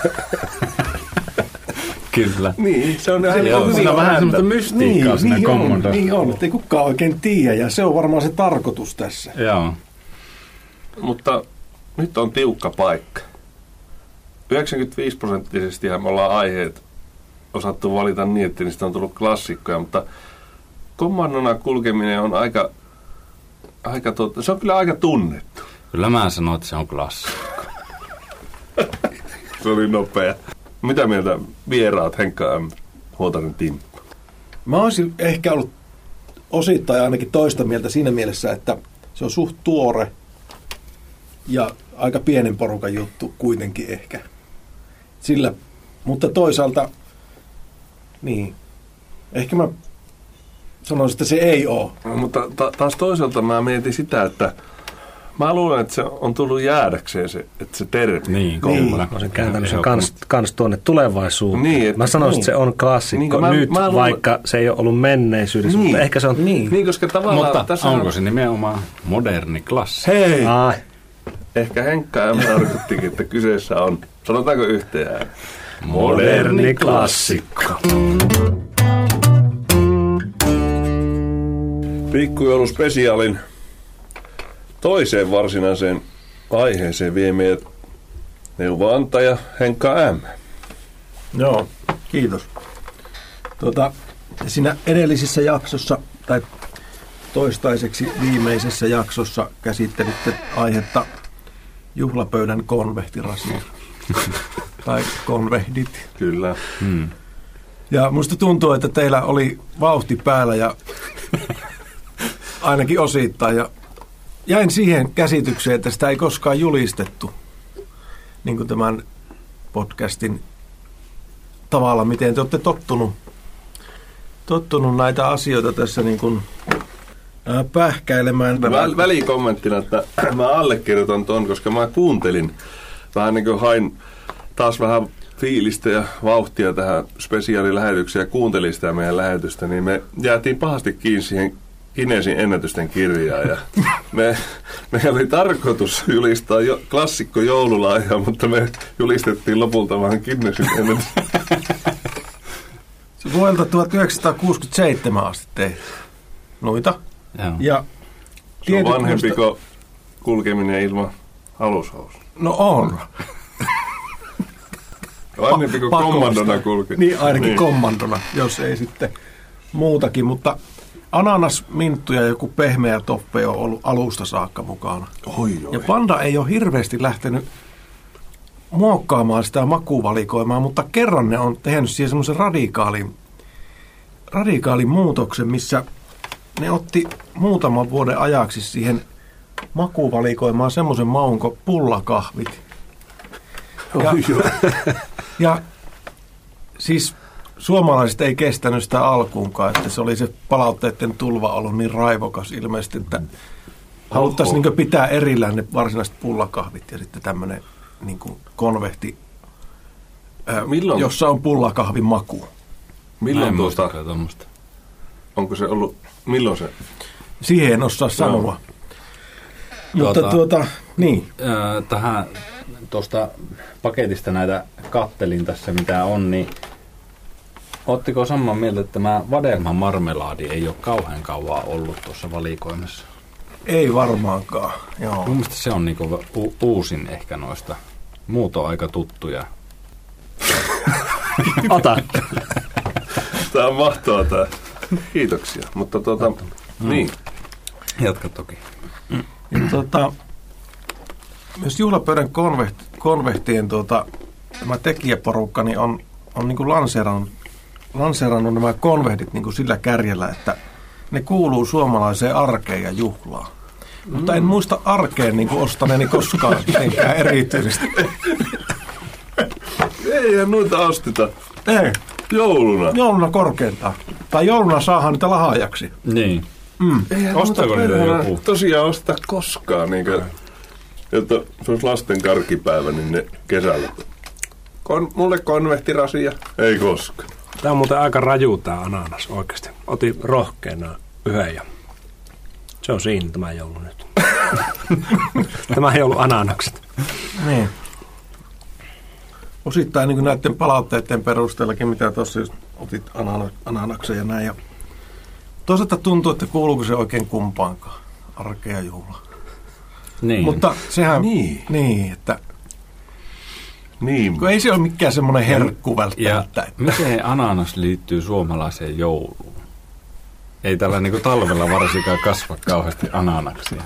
Kyllä. Niin, se on hyvin vähän semmoista mystiikkaa siinä kommandossa. Niin on, että ei kukaan oikein tiedä, ja se on varmaan se tarkoitus tässä. Joo. Mutta nyt on tiukka paikka. 95% me ollaan aiheet osattu valita niin, että niistä on tullut klassikkoja, mutta kommandona kulkeminen on se on kyllä aika tunnettu. Kyllä mä sanoin, että se on klassikko. Se oli nopea. Mitä mieltä vieraat Henkka M. Huotanen Timppu? Mä olisin ehkä ollut osittain ainakin toista mieltä siinä mielessä, että se on suht tuore ja aika pienen porukan juttu kuitenkin ehkä. Mutta toisaalta, niin, ehkä mä sanoisin, että se ei ole. Mutta taas toisaalta mä mietin sitä, että mä luulen, että se on tullut jäädäkseen että se termi. Niin. Mä olisin kääntänyt sen kans tuonne tulevaisuuteen. Niin, mä sanoisin, että se on klassikko nyt, vaikka se ei ole ollut menneisyydessä, mutta ehkä se on... Niin, koska tavallaan... Mutta tässä onko se nimenomaan moderni klassikko? Hei! Ehkä Henkka M. tarkoittikin, että kyseessä on, sanotaanko yhteen ääni? Moderni klassikko. Pikkujoulusspesiaalin toiseen varsinaiseen aiheeseen vie meidät neuvonantaja Henkka M. Joo, kiitos. Siinä edellisessä jaksossa, tai toistaiseksi viimeisessä jaksossa käsittelitte aihetta juhlapöydän konvehtirasiat. Tai konvehdit. Kyllä. Ja musta tuntuu, että teillä oli vauhti päällä ja ainakin osittain. Ja jäin siihen käsitykseen, että sitä ei koskaan julistettu niin kuin tämän podcastin tavalla, miten te olette tottunut näitä asioita tässä niin kuin pähkäilemään. Välikommenttina, että mä allekirjoitan ton, koska mä kuuntelin vähän niin kuin hain taas vähän fiilistä ja vauhtia tähän spesiaalilähetykseen ja kuuntelin sitä meidän lähetystä, niin me jäätiin pahasti kiinni siihen Guinnessin ennätysten kirjaan ja meidän oli tarkoitus julistaa klassikko joululahja, mutta me julistettiin lopulta vähän Guinnessin ennätysten. Se vuodelta 1967 asti tehdä noita. Ja se on vanhempi kuin kulkeminen ilman alushousu. No on. Vanhempi kuin kommandona kulki. Niin, ainakin kommandona, jos ei sitten muutakin. Mutta ananas, minttu ja joku pehmeä toppe on ollut alusta saakka mukana. Ja Panda ei ole hirveästi lähtenyt muokkaamaan sitä makuvalikoimaa, mutta kerran ne on tehnyt siihen semmoisen radikaalin muutoksen, missä ne otti muutaman vuoden ajaksi siihen makuvalikoimaan semmoisen maun kuin pullakahvit. Ja siis suomalaiset ei kestänyt sitä alkuunkaan, että se oli se palautteiden tulva ollut niin raivokas ilmeisesti, että haluttaisiin niin pitää erillään ne varsinaiset pullakahvit ja sitten tämmöinen niin konvehti, jossa on pullakahvin maku. Milloin onko se ollut, milloin se? Siihen en osaa sanoa. Mutta niin. Tähän tuosta paketista näitä kattelin tässä mitä on, niin ootteko samaa mieltä, että tämä vadelman marmelaadi ei ole kauhean kauan ollut tuossa valikoimassa? Ei varmaankaan, joo. Mun mielestä se on niinku uusin ehkä noista. Muut on aika tuttuja. Ota. Tää on mahtavaa tää. Kiitoksia, mutta niin. Jatka toki. Myös juhlapöydän konvehtien tämä tekijäporukka niin on niin kuin lanseerannut nämä konvehdit niin kuin sillä kärjellä, että ne kuuluu suomalaiseen arkeen ja juhlaan. Mutta en muista arkeen niin kuin ostaneeni koskaan mitenkään erityisesti. Eihän noita osteta. Ei. Jouluna. Jouluna korkeintaan. Tai jouluna saadaan niitä lahjaksi. Niin. Ostaako niitä joku? Tosiaan ostaa koskaan. Niin kuin, jotta se olisi lasten karkkipäivä, niin ne kesällä. Mulle konvehtirasia. Ei koskaan. Tämä on muuten aika raju tämä ananas oikeasti. Otin rohkeana yhden ja se on siinä tämä joulu nyt. Tämä ei ollut ananakset. Niin. Osittain niin näiden palautteiden perusteellakin, mitä tuossa just otit ananaksen ja näin. Ja toisaalta tuntuu, että kuuluuko se oikein kumpaankaan. Arkea juhla. Niin. Mutta sehän... Niin, että... Niin. Kun ei se ole mikään semmoinen herkku välttämättä. Miten ananas liittyy suomalaiseen jouluun? Ei tällä niinku talvella varsinkaan kasva kauheasti ananaksia.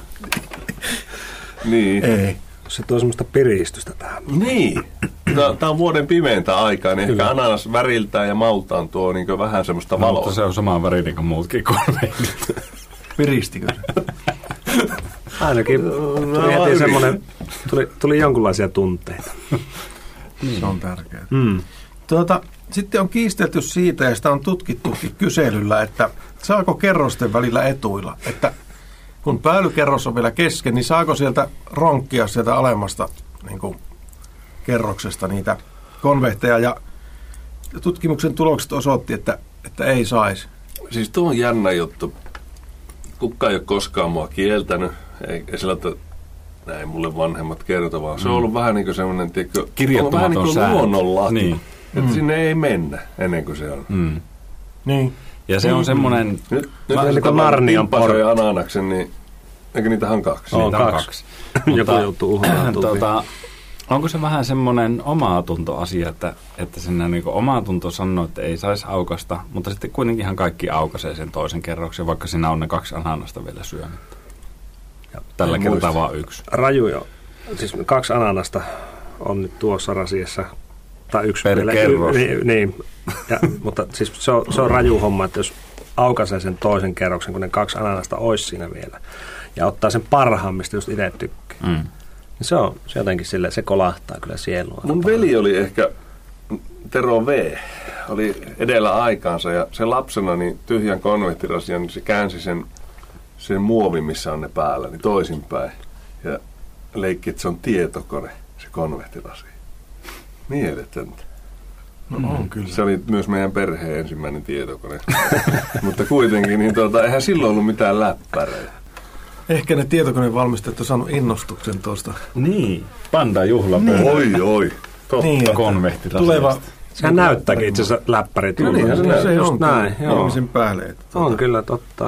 Niin. Ei. Se tuo semmoista piristystä tähän. Niin. Tämä on vuoden pimeintä aikaa, niin ehkä ananas väriltään ja maultaan tuo niin vähän semmoista valoa. Mutta se on samaan värinen kuin muutkin konvehdit. Piristikö se? Ainakin tuli heti semmoinen, tuli jonkunlaisia tunteita. Se on tärkeää. Sitten on kiistelty siitä, ja sitä on tutkittukin kyselyllä, että saako kerrosten välillä etuilla, että kun päällykerros on vielä kesken, niin saako sieltä ronkkia sieltä alemmasta niin kuin kerroksesta niitä konvehteja, ja tutkimuksen tulokset osoitti, että ei saisi. Siis tuo on jännä juttu. Kukaan ei ole koskaan mua kieltänyt, ei sillä, että näin mulle vanhemmat kertovat. Se on ollut vähän niin kuin semmoinen, vähän niin kuin luonnonlaki. Niin. Että sinne ei mennä ennen kuin se on. Niin. Ja se on semmoinen... Nyt kun Narnian porkka ja ananaksen, niin eikö niitähän kaksi? On kaksi. Joku joutuu uhraan. Onko se vähän semmoinen omaatuntoasia, että sinne niin omaatunto sanoo, että ei saisi aukasta, mutta sitten kuitenkinhan kaikki aukaisee sen toisen kerroksen, vaikka siinä on ne 2 ananasta vielä syömättä. Ja tällä kertaa vaan 1. Raju jo. Siis 2 ananasta on nyt tuossa rasiassa tai yksi per kerros. Niin, mutta siis se on raju homma, että jos aukaisee sen toisen kerroksen, kun ne 2 ananasta olisi siinä vielä, ja ottaa sen parhaan, mistä just itse tykkää. Niin se jotenkin silleen, se kolahtaa kyllä sielua. Mun veli oli ehkä, Tero V, oli edellä aikaansa, ja se lapsena niin tyhjän konvehtirasian, niin se käänsi sen muovin, missä on ne päällä, niin toisinpäin. Ja leikki, että se on tietokone, se konvehtirasia. Mieletöntä. No on kyllä. Se oli myös meidän perheen ensimmäinen tietokone. Mutta kuitenkin, niin eihän silloin ollut mitään läppäreitä. Ehkä ne tietokonevalmistajat on saanut innostuksen tuosta. Niin. Panda juhlapöydä. Oi. Totta. Niin, Konvehtirasiasta. tuleva. Sehän näyttääkin itse asiassa läppärit. No niinhän se on näin. ihmisen päälle. On kyllä totta.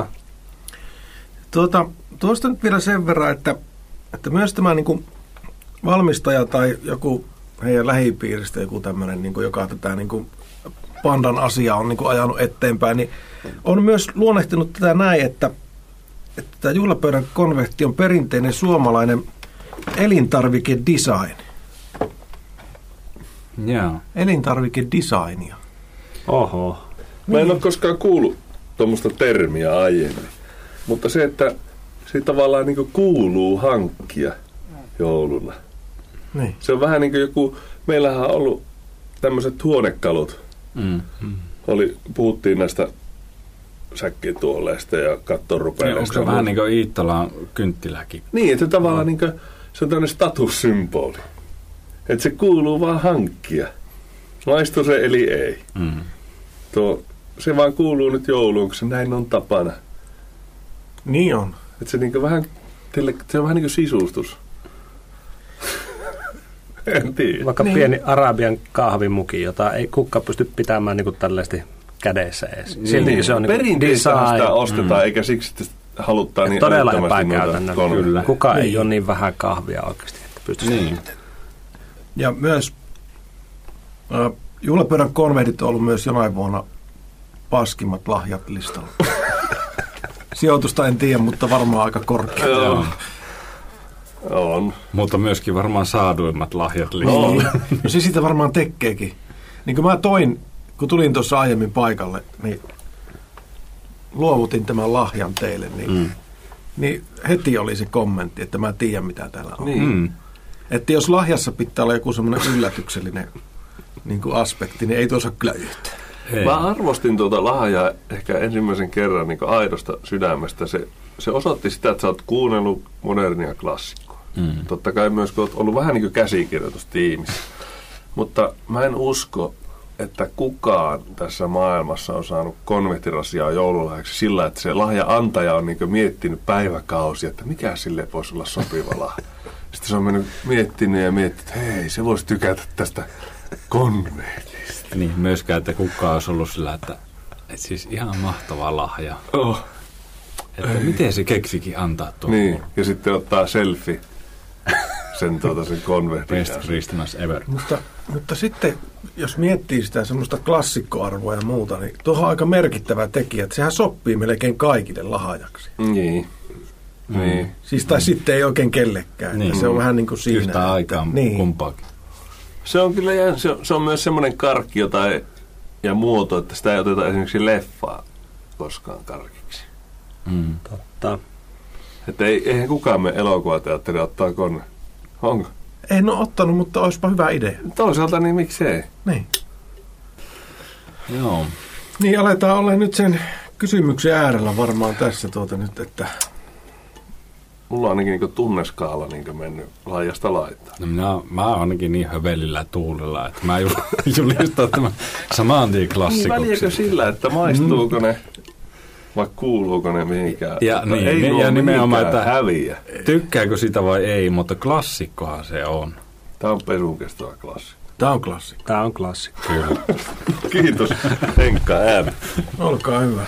Tuosta nyt vielä sen verran, että myös tämä niin kuin valmistaja tai joku heidän lähipiiristä, joku tämmöinen, niin kuin, joka tätä niin kuin Pandan asiaa on niin kuin ajanut eteenpäin, niin on myös luonnehtinut tätä näin, että tämä juhlapöydän konvehti on perinteinen suomalainen elintarvikedesign. Joo. Elintarvikedesignia. Oho. Mä en ole koskaan kuullut tuommoista termiä aiemmin. Mutta se, että se tavallaan niin kuin kuuluu hankkia jouluna. Niin. Se on vähän niin kuin joku, meillähän on ollut tämmöiset huonekalut. Puhuttiin näistä säkkituoleista ja kattorupeleista. Onko se vähän niin kuin Iittalaan kynttiläkin? Niin, että tavallaan niin kuin, se on tämmöinen statussymboli. Että se kuuluu vaan hankkia. Maistu se eli ei. Se vaan kuuluu nyt jouluun, kun se näin on tapana. Niin on. Että se, niinku vähän, se on vähän niin kuin sisustus. En tiedä. Vaikka pieni Arabian kahvimuki, jota ei kukaan pysty pitämään niin tällaisesti kädessä edes. Silti se on niin perinteistä sitä ostetaan, eikä siksi, että halutaan niin todella epäkäytännöllä. Kukaan ei ole niin vähän kahvia oikeasti, että pystyisi niin. Ja myös juhlapöydän konvehdit on ollut myös jonain vuonna paskimmat lahjat listalla. Sijoitusta en tiedä, mutta varmaan aika korkea. Joo. On. Mutta myöskin varmaan saaduimmat lahjat listalla. No se sitä varmaan tekeekin. Niin kuin mä kun tulin tuossa aiemmin paikalle, niin luovutin tämän lahjan teille, niin heti oli se kommentti, että mä tiedän mitä täällä on. Niin. Että jos lahjassa pitää olla joku semmoinen yllätyksellinen niin kuin aspekti, niin ei tuossa kyllä yhtään. Mä arvostin tuota lahjaa ehkä ensimmäisen kerran niin kuin aidosta sydämestä. Se osoitti sitä, että sä oot kuunnellut modernia klassikkoa. Totta kai myös, kun oot ollut vähän niin kuin käsikirjoitustiimissä. Mutta mä en usko, että kukaan tässä maailmassa on saanut konvehtirasiaa joululahjaksi sillä, että se lahja-antaja on niin kuin miettinyt päiväkausia, että mikä sille voisi olla sopiva lahja. Sitten se on mennyt miettinyt, että hei, se voisi tykätä tästä konvehtista. Niin, myöskään, että kukaan olisi ollut sillä, että siis ihan mahtava lahja. Oh. Että miten se keksikin antaa tuon. Niin, ja sitten ottaa selfie sen konvehtin. Best Christmas ever. Mutta sitten, jos miettii sitä semmoista klassikkoarvoa ja muuta, niin tuohon on aika merkittävä tekijä, että sehän sopii melkein kaikille lahjaksi. Niin. Niin. Siis tai sitten ei oikein kellekään. Niin. Se on vähän niin kuin siinä. Yhtä aikaa kumpaakin. Se on kyllä, se on myös semmoinen karkki ja muoto, että sitä ei oteta esimerkiksi leffaa koskaan karkiksi. Totta. Että eihän kukaan mene elokuvateatteria ottaa konne. Onko? En ole ottanut, mutta olisipa hyvä idea. Toisaalta niin miksei. Niin. Joo. Niin aletaan olla nyt sen kysymyksen äärellä varmaan tässä nyt, että mulla on ainakin niin tunneskaala niin mennyt laajasta laittaa. No mä oon ainakin niin hövelillä tuulella, että mä julistan tämän saman tien klassikoksi. Niin väliäkö sillä, että maistuuko ne vai kuuluuko ne mihinkään? Ja, niin, ei ja nimenomaan, että häviä. Tykkääkö sitä vai ei, mutta klassikkohan se on. Tämä on pesun kestävä klassikko. tämä on klassikko. Tämä on klassikko. Kyllä. Kiitos Henkka M. Olkaa hyvä.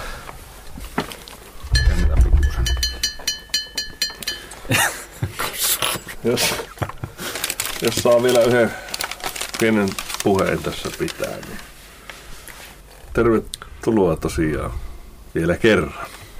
Jos saa vielä yhden pienen puheen tässä pitää, niin tervetuloa tosiaan vielä kerran.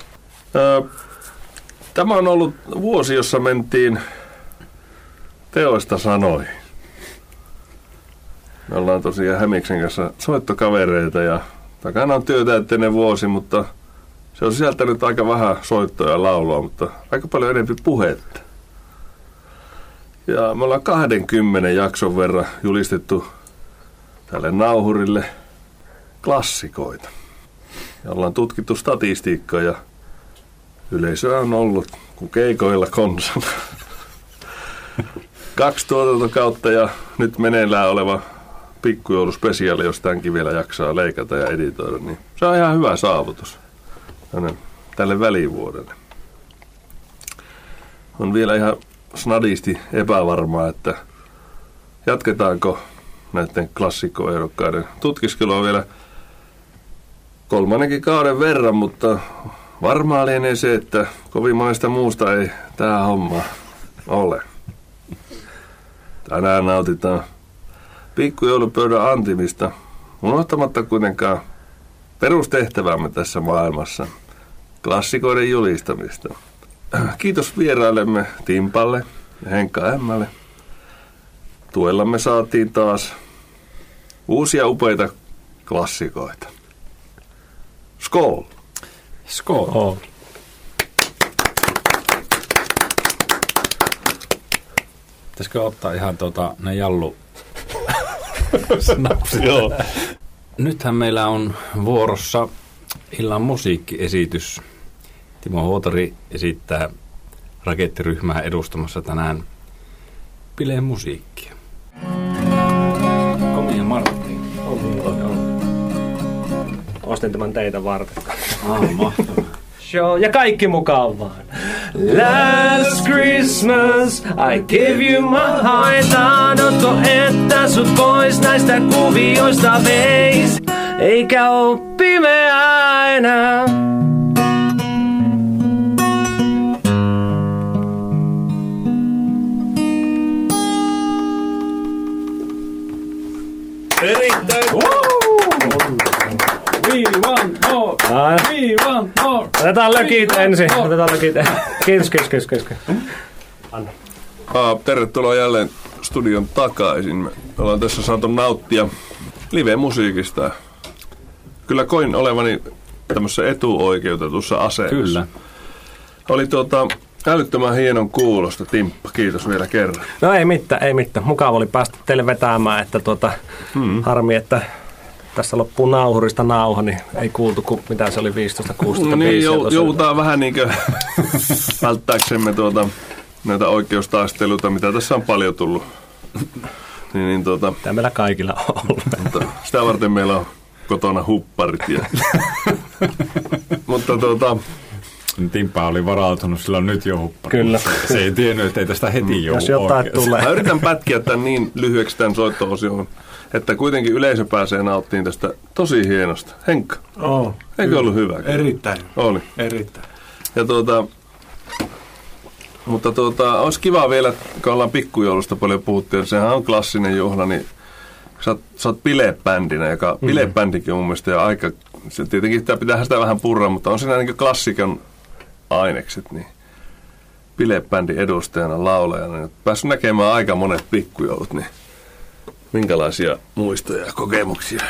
Tämä on ollut vuosi, jossa mentiin teoista sanoihin. Me ollaan tosiaan Hämiksen kanssa soittokavereita ja takana on työtäytteinen vuosi, mutta se on sisältänyt aika vähän soittoa ja laulua, mutta aika paljon enemmän puhetta. Ja me ollaan 20 jakson verran julistettu tälle nauhurille klassikoita. Ja ollaan tutkittu statistiikkaa ja yleisöä on ollut kuin keikoilla konsana. 2 tuotantokautta ja nyt meneillään oleva pikkujouluspesiaali, jos tämänkin vielä jaksaa leikata ja editoida, niin se on ihan hyvä saavutus tälle välivuodelle. On vielä ihan snadisti epävarmaa, että jatketaanko näiden klassikkoehdokkaiden tutkiskelua vielä 3. kauden verran, mutta varmaan lienee se, että kovin monesta muusta ei tähän homma ole. Tänään nautitaan pikkujoulupöydän antimista, unohtamatta kuitenkaan perustehtävämme tässä maailmassa, klassikoiden julistamista. Kiitos vieraillemme Timpalle ja Henkka Ämmälle. Tuellamme saatiin taas uusia upeita klassikoita. Skål! Skål! Oh. Pitäisikö ottaa ihan ne jallu? Joo. Nythän meillä on vuorossa illan musiikkiesitys. Timo Huotari esittää rakettiryhmää edustamassa tänään bileen musiikkia. Komia Martti. Ostin tämän teitä varten. Mahtavaa. Show ja kaikki mukaan vaan. Last Christmas I gave you my heart. Tahdotko, että sut pois näistä kuvioista veis? Eikä oo pimeää enää. Erittäin. We want more. We want more. Otetaan lökit ensin. Kiitos. Anna. Tervetuloa jälleen studion takaisin. Me ollaan tässä saatu nauttia live-musiikista. Kyllä koin olevani tämmöisessä etuoikeutetussa asemassa. Kyllä. Oli älyttömän hienon kuulosta, Timppa. Kiitos vielä kerran. No ei mitään. Mukava oli päästä teille vetämään, että harmi, että tässä loppuu nauhurista nauha, niin ei kuultu, mitä se oli 15, 16 niin, biisiä. joudutaan vähän niinkö välttääksemme näitä oikeustaisteluita, mitä tässä on paljon tullut. Tämä meillä kaikilla on ollut. Sitä varten meillä on kotona hupparit. Mutta Timppa oli varautunut, sillä on nyt jo huppari. Kyllä. Se ei tiennyt, että ei tästä heti joudu. Jos jotain tulee. Mä yritän pätkiä tämän niin lyhyeksi tämän soitto-osion, että kuitenkin yleisö pääsee nauttimaan tästä tosi hienosta. Henkka, eikö ollut hyvä? Erittäin. Oli. Erittäin. Ja mutta olisi kiva vielä, kun ollaan pikkujoulusta paljon puhuttu, ja sehän on klassinen juhla, niin sä oot bilebändinä, joka bilebändikin on mun mielestä jo aika, se tietenkin pitää sitä vähän purraa, mutta on siinä niin klassikan ainekset, niin bilebändin edustajana, laulajana, niin päässyt näkemään aika monet pikkujoulut, niin minkälaisia muistoja ja kokemuksia?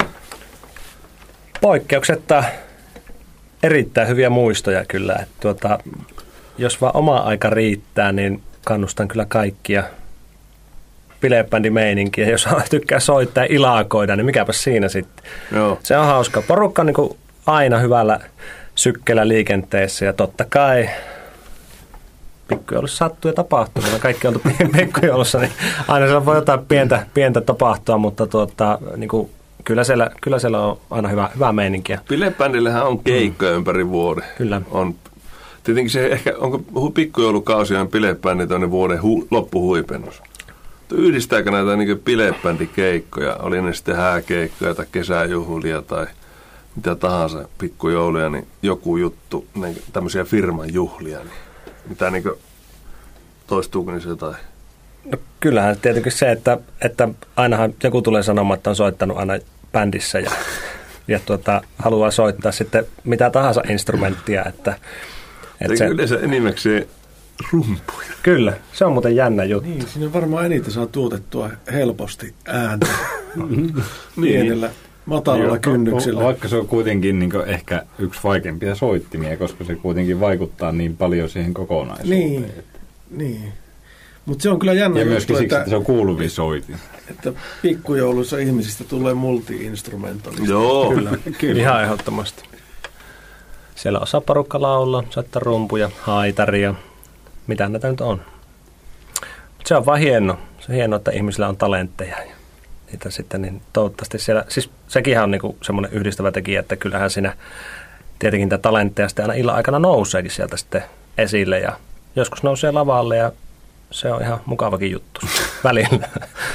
Poikkeuksetta erittäin hyviä muistoja kyllä. Että jos vaan oma aika riittää, niin kannustan kyllä kaikkia bilebändimeininkiä. Jos tykkää soittaa ja ilakoida, niin mikäpä siinä sitten. Joo. Se on hauska. Porukka on niin kuin aina hyvällä sykkeellä liikenteessä ja totta kai pikkujoulussa sattuu ja tapahtuu. Me kaikki oltu pikkujoulussa, niin aina siellä voi jotain pientä tapahtua, mutta niin kuin, kyllä siellä on aina hyvää meininkiä. Bilebändillähän on keikkoja ympäri vuoden. Kyllä. On. Tietenkin se ehkä, onko pikkujoulukausi on bilebändi tuonne vuoden loppuhuipennus? Yhdistääkö näitä niin bilebändikeikkoja, oli ne sitten hääkeikkoja tai kesäjuhlia tai mitä tahansa pikkujouluja, niin joku juttu, niin tämmöisiä firman juhlia, niin mitä niin toistuuko niissä jotain? No kyllähän tietenkin se, että ainahan joku tulee sanomaan, että on soittanut aina bändissä ja haluaa soittaa sitten mitä tahansa instrumenttia. Että yleensä enimmäkseen rumpuja. Kyllä, se on muuten jännä juttu. Niin, siinä varmaan eniten saa tuotettua helposti ääntä pienellä matalalla kynnyksellä. Vaikka se on kuitenkin niin ehkä yksi vaikeimpia soittimia, koska se kuitenkin vaikuttaa niin paljon siihen kokonaisuuteen. Niin. Mutta se on kyllä jännä ja myöskin siksi, että se on kuuluvin soitin. Että pikkujouluissa ihmisistä tulee multi-instrumentalista. Joo, kyllä. Ihan ehdottomasti. Siellä osaa porukka laulaa, soittaa rumpuja, haitaria, mitä näitä nyt on. Se on vaan hieno. Se on hienoa, että ihmisillä on talentteja. Ja niitä sitten niin toivottavasti siellä, siis sekinhän on niinku semmoinen yhdistävä tekijä, että kyllähän siinä tietenkin tämä talentteja sitten aina illan aikana nouseekin sieltä sitten esille ja joskus nousee lavalle ja se on ihan mukavakin juttu välillä.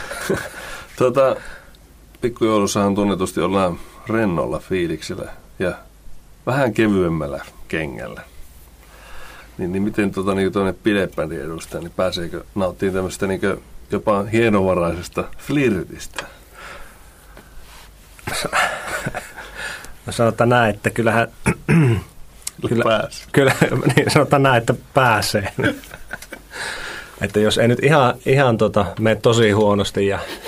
Pikkujoulussahan tunnetusti ollaan rennolla fiiliksellä ja vähän kevyemmällä kengällä. Niin miten tuonne pidebändin edustaja, niin pääseekö nauttimaan tämmöistä niin jopa hienovaraisesta flirtistä? No sanotaan näin, että kyllähän kyllä niin sanotaan näin, että pääsee. Että jos ei nyt ihan mene tosi huonosti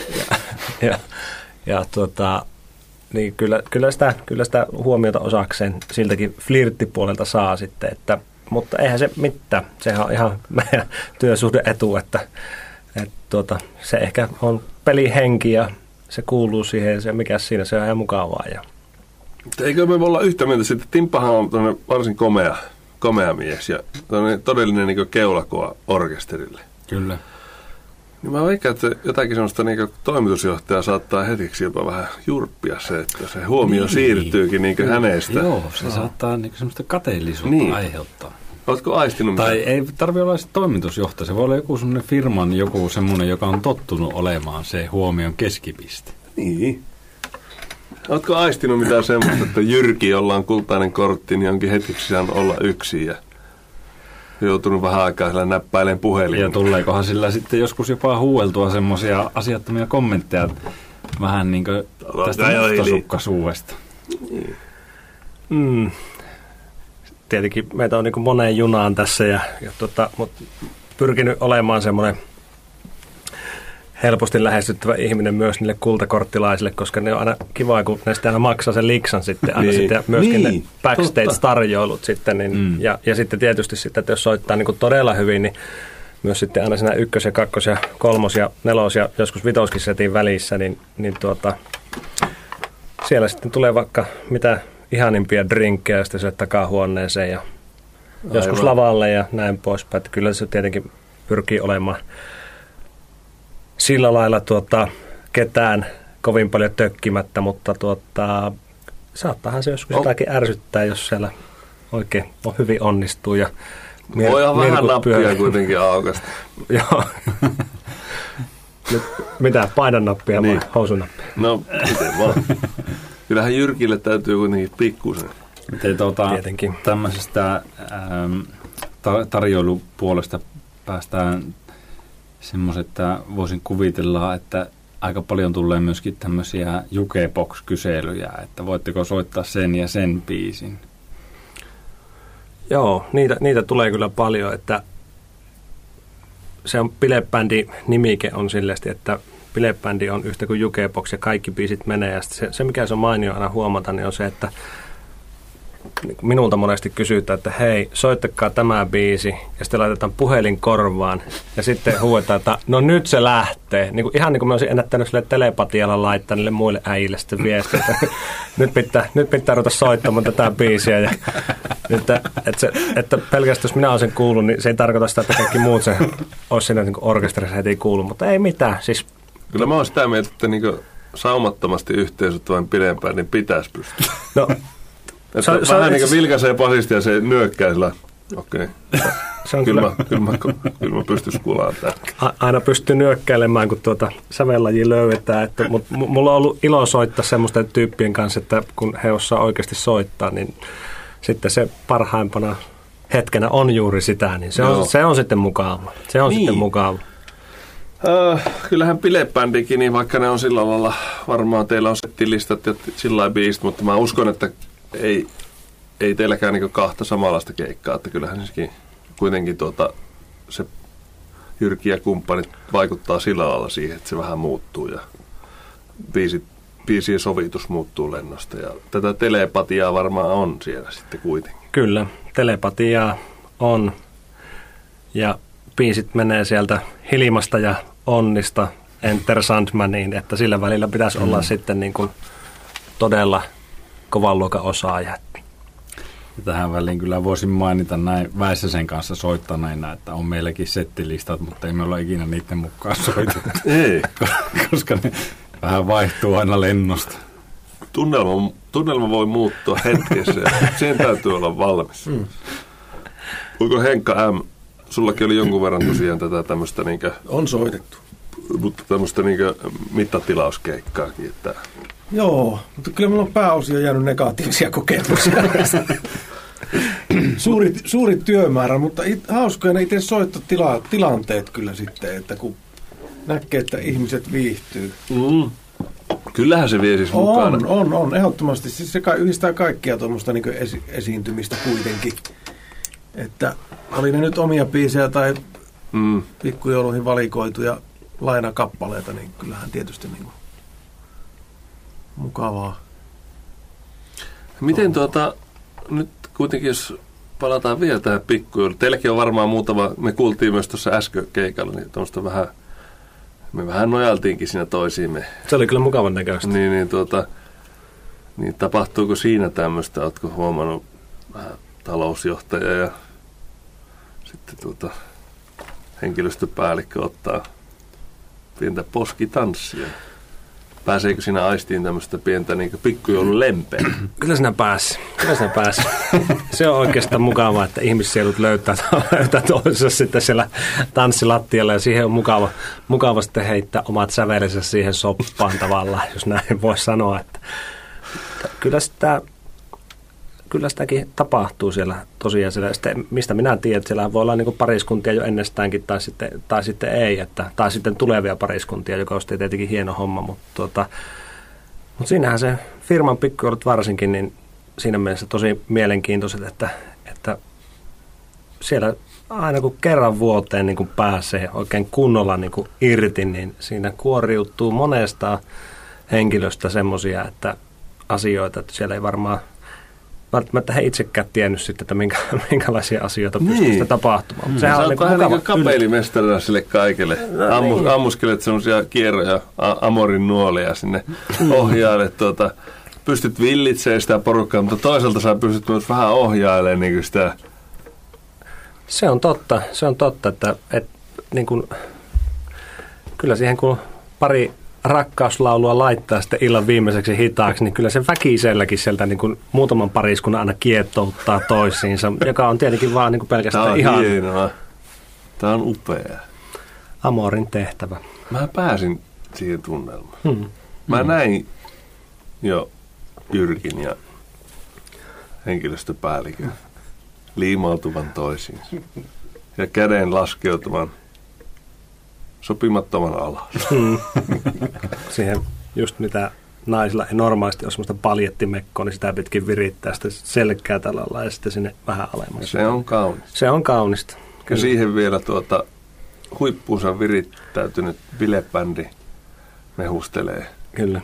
niin kyllä sitä huomiota osakseen siltäkin flirttipuolelta saa sitten, mutta eihän se mitään. Sehän on ihan meidän työsuhde-etu, että se ehkä on pelihenki ja se kuuluu siihen ja se mikä siinä, se on ihan mukavaa. Eikö me olla yhtä mieltä sitten, Timppahan on varsin komea mies ja todellinen niin keulakoa orkesterille. Kyllä. Niin mä veikkaan, että jotakin sellaista niin toimitusjohtaja saattaa hetkeksi jopa vähän jurppia se, että se huomio siirtyykin niin hänestä. Joo, se saattaa niin semmoista kateellisuutta aiheuttaa. Oletko aistinut mitään? Tai ei tarvitse olla toimitusjohtaja, se voi olla joku semmoinen firman, joku semmoinen, joka on tottunut olemaan se huomion keskipiste. Niin. Oletko aistinut mitään semmoista, että Jyrki, jolla on kultainen kortti, niin onkin hetkeksi saanut olla yksin ja joutunut vähän aikaa sillä näppäilemään puhelimia. Ja tuleekohan sillä sitten joskus jopa huueltua semmoisia asiattomia kommentteja vähän niin kuin tästä mustasukkaisuudesta. Tietenkin meitä on niin kuin moneen junaan tässä, mutta pyrkinyt olemaan semmoinen helposti lähestyttävä ihminen myös niille kultakorttilaisille, koska ne on aina kiva, kun ne aina maksaa sen liksan sitten, aina sitten myöskin ne backstage-tarjoilut sitten, ja sitten tietysti sitten, että jos soittaa niin kuin todella hyvin, niin myös sitten aina siinä 1. ja 2. ja 3. ja 4. ja joskus 5. setin välissä, niin siellä sitten tulee vaikka mitä ihanimpia drinkkejä ja sitten se takahuoneeseen ja joskus lavalle ja näin poispäin, että kyllä se tietenkin pyrkii olemaan sillä lailla ketään kovin paljon tökkimättä, mutta saattaahan se joskus jotakin ärsyttää, jos siellä oikein on hyvin onnistuu. Ja voihan vähän nappia kuitenkin aukasta. Joo. Mitä, painanappia vai housunappia? No, miten vaan. Kyllähän Jyrkille täytyy kuitenkin pikkusen. Tietenkin. Tämmöisestä tarjoilupuolesta päästään semmoiset, että voisin kuvitella, että aika paljon tulee myöskin tämmöisiä jukebox-kyselyjä, että voitteko soittaa sen ja sen biisin? Joo, niitä tulee kyllä paljon, että se on bilebändi nimike on silleesti, että bilebändi on yhtä kuin jukebox ja kaikki biisit menee. Ja se mikä se on mainio aina huomata, niin on se, että minulta monesti kysytään, että hei, soittakaa tämä biisi, ja sitten laitetaan puhelin korvaan, ja sitten huuetaan, että no nyt se lähtee. Ihan niin kuin mä olisin ennättänyt sille telepatialla laittaa niille muille äijille sitten viestiä, että nyt pitää ruveta soittamaan tätä biisiä. Ja, että pelkästään jos minä olen sen kuullut, niin se ei tarkoita sitä, että kaikki muut se olisi siinä niin orkesterissa heti kuullut, mutta ei mitään. Siis, kyllä mä oon sitä mieltä, että niin saumattomasti yhteisöttävän pidempään, niin pitäisi pystyä. No, että vähän niin kuin vilkaisee pasista ja se nyökkää sillä. Okei. Kyllä mä pystyisin kuulemaan tämän. Aina pystyy nyökkäilemään, kun sävellajia löydetään. Mutta mulla on ollut ilo soittaa semmoisten tyyppien kanssa, että kun he osaa oikeasti soittaa, niin sitten se parhaimpana hetkenä on juuri sitä. Niin se on sitten mukava. Se on sitten mukava. Kyllähän bilebändikin, niin vaikka ne on sillä lailla, varmaan teillä on settilistat ja sillä lailla biisit, mutta mä uskon, että ei teilläkään niin kahta samanlaista keikkaa, että kyllähän sekin kuitenkin se Jyrki ja kumppanit vaikuttaa sillä lailla siihen, että se vähän muuttuu ja biisien sovitus muuttuu lennosta. Ja tätä telepatiaa varmaan on siellä sitten kuitenkin. Kyllä, telepatiaa on. Ja biisit menee sieltä Hilmasta ja Onnista Enter Sandmaniin, että sillä välillä pitäisi olla sitten niin kuin todella kovan luokan osaaja. Ja tähän väliin kyllä voisin mainita näin Väisäsen kanssa soittaneina, että on meilläkin settilistat, mutta ei me olla ikinä niiden mukaan soitettu. Ei. Koska ne vähän vaihtuu aina lennosta. Tunnelma voi muuttua hetkessä ja siihen täytyy olla valmis. Onko Henkka M., sullakin oli jonkun verran tosiaan tätä tämmöistä niinkö... On soitettu. Mutta tämmöistä niinkö mittatilauskeikkaakin, että... Joo, mutta kyllä minulla on pääosin on jäänyt negatiivisia kokemuksia. suuri työmäärä, mutta hauskoja ne itse soittotilanteet kyllä sitten, että kun näkee, että ihmiset viihtyy. Kyllähän se vie siis mukana. On, ehdottomasti. Siis se yhdistää kaikkia tuommoista niin esiintymistä kuitenkin. Että oli ne nyt omia biisejä tai pikkujouluihin valikoituja lainakappaleita, niin kyllähän tietysti niin kuin mukavaa. Miten nyt kuitenkin, jos palataan vielä tähän pikkujouluun. Teilläkin on varmaan muutama, me kuultiin myös tuossa äsken keikalla, niin tuommoista me vähän nojaltiinkin siinä toisiimme. Se oli kyllä mukavan näköistä. Niin tapahtuuko siinä tämmöistä, ootko huomannut vähän talousjohtaja ja sitten henkilöstöpäällikkö ottaa pientä poskitanssia? Pääseekö siinä aistiin tämmöistä pientä niin pikkujoulun lempeä? Kyllä siinä pääsi. Se on oikeastaan mukavaa, että ihmissielut löytää toisensa sitten siellä tanssilattialla ja siihen on mukava sitten heittää omat sävelensä siihen soppaan tavallaan, jos näin voi sanoa. Että kyllä sitäkin tapahtuu siellä tosiaan. Sitten, mistä minä tiedän, että siellä voi olla niin kuin pariskuntia jo ennestäänkin tai sitten ei, tai sitten tulevia pariskuntia, joka olisi tietenkin hieno homma. Mutta siinähän se firman pikkujoulut varsinkin, niin siinä mielessä tosi mielenkiintoiset, että siellä aina kun kerran vuoteen niin kun pääsee oikein kunnolla niin kun irti, niin siinä kuoriutuu monesta henkilöstä semmoisia asioita, että siellä ei varmaan välttämättä he itsekään tiennyt sitten, että minkälaisia asioita pystyy sitä tapahtumaan. Sehän on vähän niin kuin kapellimestarina sille kaikille. Ammuskelet semmoisia kierroja, amorin nuolia sinne ohjaalle. Pystyt villitsemään sitä porukkaa, mutta toisaalta sä pystyt myös vähän ohjailemaan niin sitä. Se on totta, että niin kuin, kyllä siihen kun pari rakkauslaulua laittaa sitten illan viimeiseksi hitaaksi, niin kyllä se väkiselläkin sieltä niin kuin muutaman pariskunnan aina kiettouttaa toisiinsa, joka on tietenkin vaan niin kuin pelkästään Tämä on ihan... hienoa. Tämä on upea. Amorin tehtävä. Mä pääsin siihen tunnelmaan. Mä näin jo Jyrkin ja henkilöstöpäällikön liimautuvan toisiinsa ja käden laskeutuvan sopimattoman alas. Siihen just mitä naisilla ei normaalisti ole semmoista paljettimekkoa, niin sitä pitkin virittää sitä selkää tällä lailla ja sitten sinne vähän alemmas. Se on kaunista. Se on kaunista. Ja siihen vielä huippuunsa virittäytynyt bilebändi mehustelee. Kyllä.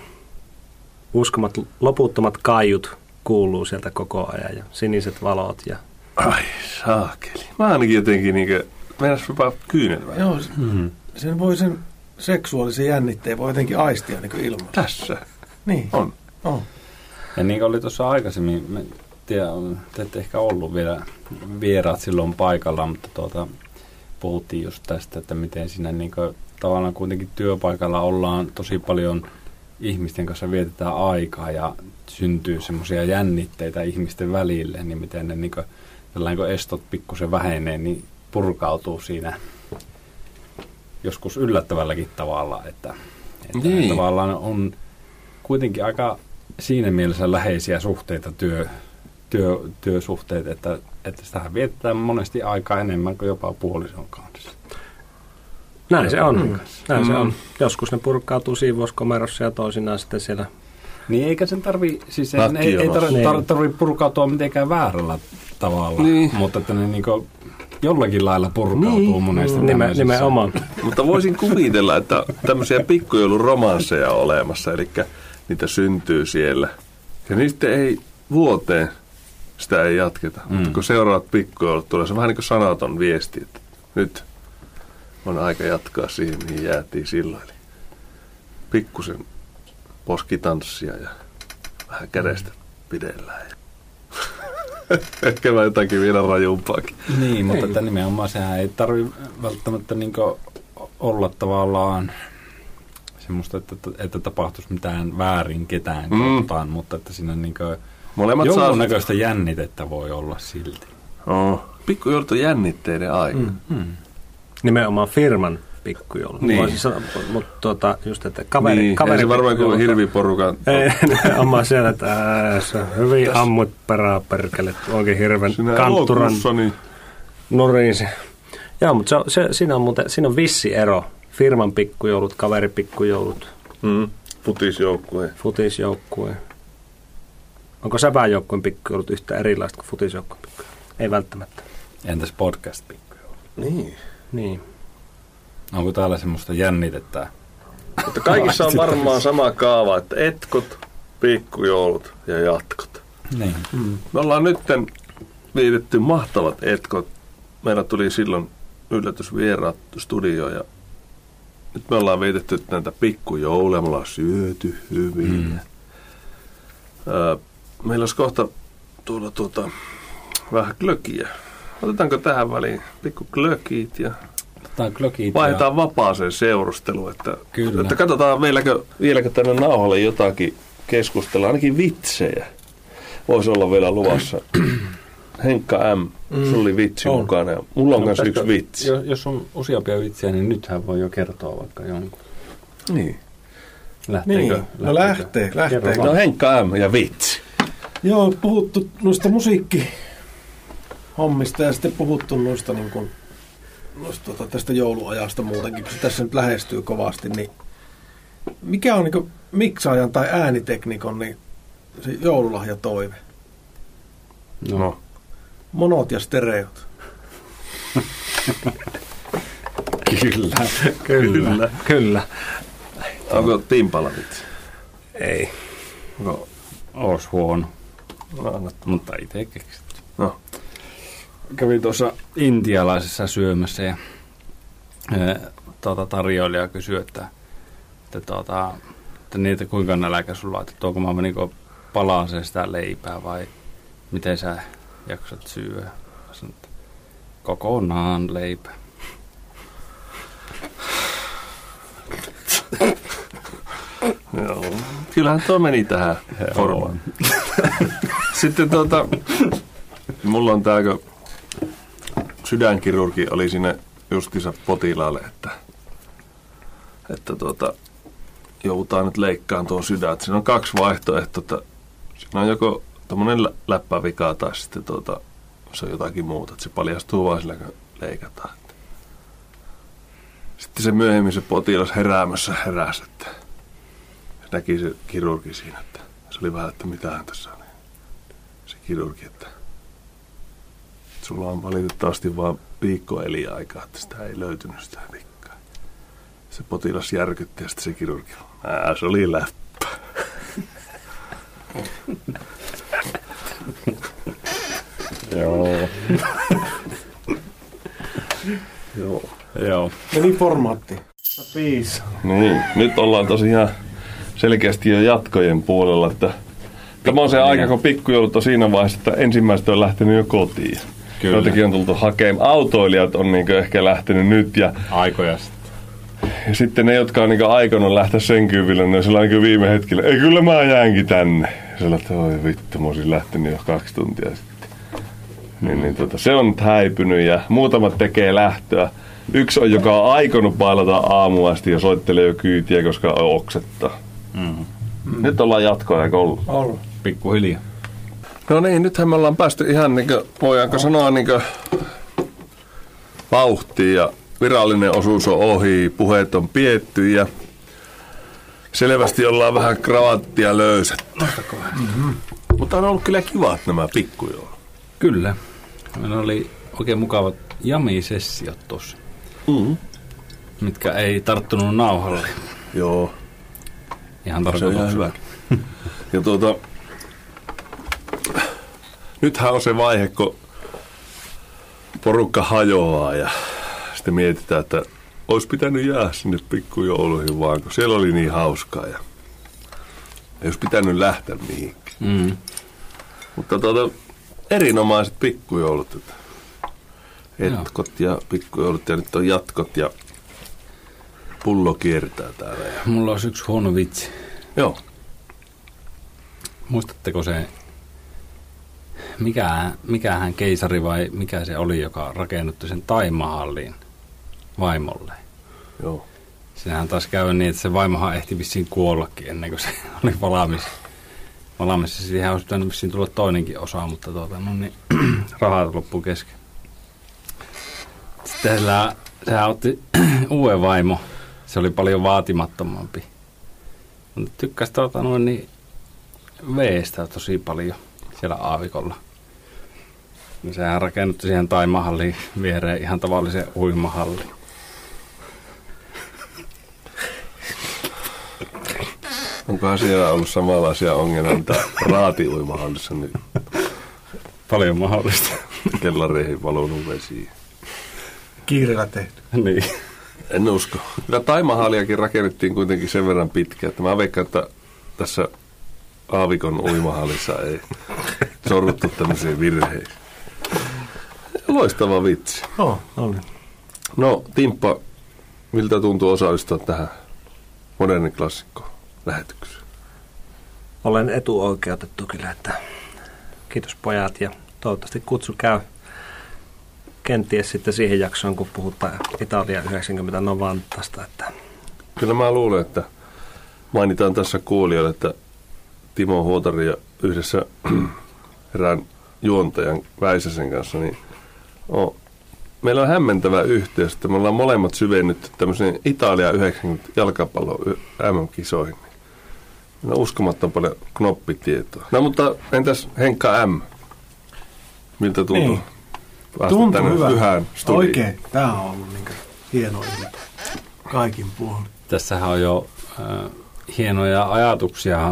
Loputtomat kaiut kuuluu sieltä koko ajan ja siniset valot. Ja... Ai saakeli. Mä ainakin jotenkin mennäs jopa kyynelvää. Joo, sen seksuaalisen jännitteen voi jotenkin aistia niin ilman. Tässä. Niin. On. Ja niin kuin oli tuossa aikaisemmin, te ette ehkä ollut vielä vieraat silloin paikalla, mutta puhuttiin just tästä, että miten siinä niin kuin, tavallaan kuitenkin työpaikalla ollaan tosi paljon ihmisten kanssa vietetään aikaa ja syntyy semmoisia jännitteitä ihmisten välille, niin miten ne niin kuin, tällainen kun estot pikkusen vähenee, niin purkautuu siinä joskus yllättävälläkin tavalla, että niin. Tavallaan on kuitenkin aika siinä mielessä läheisiä suhteita, työsuhteet, että sitähän vietetään monesti aikaa enemmän kuin jopa puolison kanssa. Näin se on. Se on. Joskus ne purkautuu siivouskomerossa ja toisinaan sitten siellä. Niin eikä sen ei tarvitse purkautua mitenkään väärällä tavalla, niin. Mutta että ne niinku jollakin lailla purkautuu monesta tämmöisessä. Nimenomaan. Mutta voisin kuvitella, että tämmöisiä pikkujouluromansseja on olemassa, eli niitä syntyy siellä. Ja niistä ei vuoteen sitä ei jatketa. Mutta kun seuraavat pikkujoulut tulee, se on vähän niin kuin sanaton viesti, että nyt on aika jatkaa siihen, mihin jäätiin silloin. Eli pikkusen poskitanssia ja vähän kädestä pidellään. Ehkä mä jotakin vielä rajumpaakin. Niin, mutta että nimenomaan sehän ei tarvitse välttämättä niinku olla tavallaan semmoista, että tapahtuisi mitään väärin ketään kohtaan, mutta että siinä niinku jonkunnäköistä jännitettä voi olla silti. Pikkujoulut on jännitteiden aika. Nimenomaan firman pikkujoulut. Niin. Mutta just, että kaveri... Niin, ei se varmaan kuin hirviporukan... Amma siellä, että se on hyvin ammut perkele, oikein hirven kantturan nuriisi. Joo, mutta siinä on vissi ero. Firman pikkujoulut, kaveripikkujoulut. Futisjoukkue. Onko säpäjoukkueen pikkujoulut yhtä erilaista kuin futisjoukkueen pikkujoulut? Ei välttämättä. Entäs podcast-pikkujoulut? Niin. Onko täällä semmoista jännitettä? Mutta kaikissa on varmaan sama kaava, että etkot, pikkujoulut ja jatkot. Niin. Me ollaan nyt viitetty mahtavat etkot. Meillä tuli silloin yllätysvieraat studioon ja nyt me ollaan viitetty näitä pikkujouluja. Me ollaan syöty hyvin. Meillä olisi kohta tuolla vähän glökiä. Otetaanko tähän väliin pikku glökiit ja vaihdetaan vapaaseen seurusteluun. Että katsotaan vieläkö tänne nauhalle jotakin keskustella, ainakin vitsejä. Voisi olla vielä luvassa. Henkka M, sulla oli vitsi mukana ja mulla on myös yksi vitsi. Jos on useampia vitsiä, niin nythän voi jo kertoa vaikka jonkun. Niin. Lähteekö? No lähtee. No Henkka M ja vitsi. Joo, puhuttu noista musiikkihommista ja sitten puhuttu noista niin kuin tästä jouluajasta muutenkin, kun se tässä nyt lähestyy kovasti, niin mikä on niin miksaajan tai ääniteknikon niin se joululahjatoive? No. Monot ja stereot. Kyllä. Onko Timpala vitsi? Ei. Ois huono. Mutta itse keksitty. No. Kävin tuossa intialaisessa syömässä ja tarjoilija kysyi, että niitä kuinka nälkä sulla, että tuoko mä niinku palaseen sitä leipää vai miten sä jaksat syödä. Sanoin, että kokonaan leipä. Joo. Kyllähän tuo meni tähän formaan. Sitten mulla on tää, kun sydänkirurgi oli sinne justiinsa potilaalle, että joudutaan nyt leikkaamaan tuon sydän. Siinä on 2 vaihtoehtoa. Siinä on joko tommonen läppävika tai sitten se on jotakin muuta. Että se paljastuu vaan sillä, kun leikataan. Sitten se myöhemmin se potilas heräämässä heräsi, että näki se kirurgi siinä, että se oli vähän, että mitähän tässä on. Se kirurgi, että sulla on valitettavasti vaan viikko eliaikaa, että sitä ei löytynyt sitä vikkaa. Se potilas järkytti ja sitten se kirurgi, se oli läppä. Joo. Meni formaatti. Niin, nyt ollaan tosiaan selkeästi jo jatkojen puolella, että tämä on se aika, kun pikkujoulut on siinä vaiheessa, että ensimmäiset on lähtenyt jo kotiin. Kyllä. Joitakin on tultu hakemaan. Autoilijat on ehkä lähtenyt nyt. Ja aikoja sitten. Ja sitten ne, jotka on aikonut lähteä sen kyville, ne on sellainen viime hetkellä, ei kyllä mä jäänkin tänne. Ja sellainen, että oi vittu, mä olisin lähtenyt jo 2 tuntia sitten. Se on nyt häipynyt ja muutamat tekee lähtöä. Yksi on, joka on aikonut bailata aamuasti ja soittelee jo kyytiä, koska oksettaa. Nyt ollaan jatkoaika ollut. Pikkuhiljaa. No niin, nythän me ollaan päästy ihan voidaanko sanoa vauhtiin ja virallinen osuus on ohi, puheet on pietty ja selvästi ollaan vähän kravattia löysätty. Mutta on ollut kyllä kivat nämä pikkujoulut. Kyllä. Meillä oli oikein mukavat jamisessiot tuossa, mitkä ei tarttunut nauhalle. Joo. Ihan se on ihan hyvä. Ja nythän on se vaihe, kun porukka hajoaa ja sitten mietitään, että olisi pitänyt jäädä sinne pikkujouluihin vaan, kun siellä oli niin hauskaa ja ei olisi pitänyt lähteä mihinkään. Mutta erinomaiset pikkujoulut. Etkot ja pikkujoulut ja nyt on jatkot ja pullo kiertää täällä. Mulla olisi yksi huono vitsi. Joo. Muistatteko se, mikähän keisari vai mikä se oli, joka rakennutti sen Thai-mahalliin vaimolle? Joo. Siinähän taas käy niin, että se vaimohan ehti vissiin kuollakin ennen kuin se oli valmis. Siihen olisi pitänyt vissiin tulla toinenkin osa, mutta rahat loppuu kesken. Sitten sehän otti uuden vaimo. Se oli paljon vaatimattomampi. Mutta tykkäsi veestä tosi paljon siellä aavikolla. Ja sehän rakennutti siihen Thai-mahalliin viereen ihan tavallisen uimahallin. Onkohan siellä ollut samanlaisia ongelmia, mitä raati-uimahallissa nyt? Paljon mahdollista. Kellareihin valunut vesiin. Kiireellä tehty. Niin. En usko. Kyllä Thai-mahalliakin rakennettiin kuitenkin sen verran pitkään, että mä veikkaan, että tässä aavikon uimahallissa ei sorruttu tämmöisiin virheisiin. Loistava vitsi. No, Timppa, miltä tuntuu osallistua tähän modernin klassikkoon lähetykseen? Olen etuoikeutettu kyllä, että kiitos pojat ja toivottavasti kutsu käy kenties sitten siihen jaksoon, kun puhutaan Italia 90 Novantasta. Että kyllä mä luulen, että mainitaan tässä kuulijoille, että Timo Huotari ja yhdessä erään juontajan Väisäsen kanssa, niin meillä on hämmentävä yhteys, että me ollaan molemmat syvennyt tämmöiseen Italia 90 jalkapallon MM-kisoihin. Meillä on uskomattoman paljon knoppitietoa. No mutta entäs Henkka M? Miltä tuntuu? Niin. Tuntuu hyvä. Pyhään studioon. Oikein. Tämä on ollut niin hieno ilta kaikin puolin. Tässähän on jo hienoja ajatuksia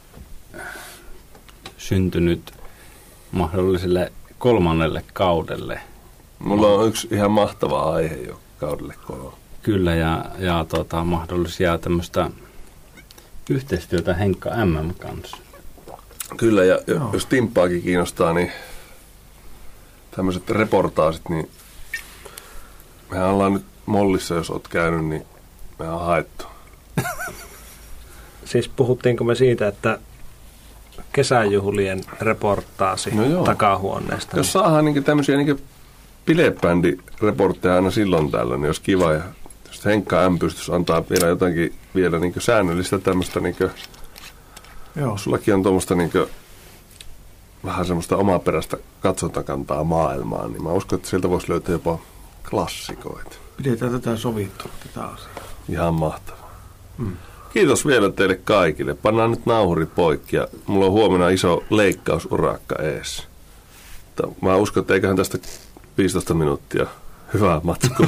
syntynyt mahdolliselle 3. kaudelle. Mulla on yksi ihan mahtava aihe jo kaudelle 3. Kyllä, ja mahdollisia tämmöistä yhteistyötä Henkka M kanssa. Kyllä, ja jos Timppaakin kiinnostaa, niin tämmöiset reportaasit, niin mehän ollaan nyt Mollissa, jos oot käynyt, niin mehän on haettu. Siis puhuttiinko me siitä, että kesäjuhlien reportaasi takahuoneesta? Jos saadaan niin tämmöisiä niin bilebändireportteja aina silloin tällöin, niin olisi kiva. Ja jos Henkka M pystyisi antaa vielä jotakin vielä niin säännöllistä tämmöistä, niin sullakin on tuommoista niin vähän semmoista omaperäistä katsontakantaa maailmaan, niin mä uskon, että sieltä voisi löytää jopa klassikoita. Pidetään tätä sovittua, tätä asiaa. Ihan mahtavaa. Kiitos vielä teille kaikille. Pannaan nyt nauhurit poikki ja mulla on huomenna iso leikkausurakka ees. Mä uskon, että eiköhän tästä 15 minuuttia hyvää matskua.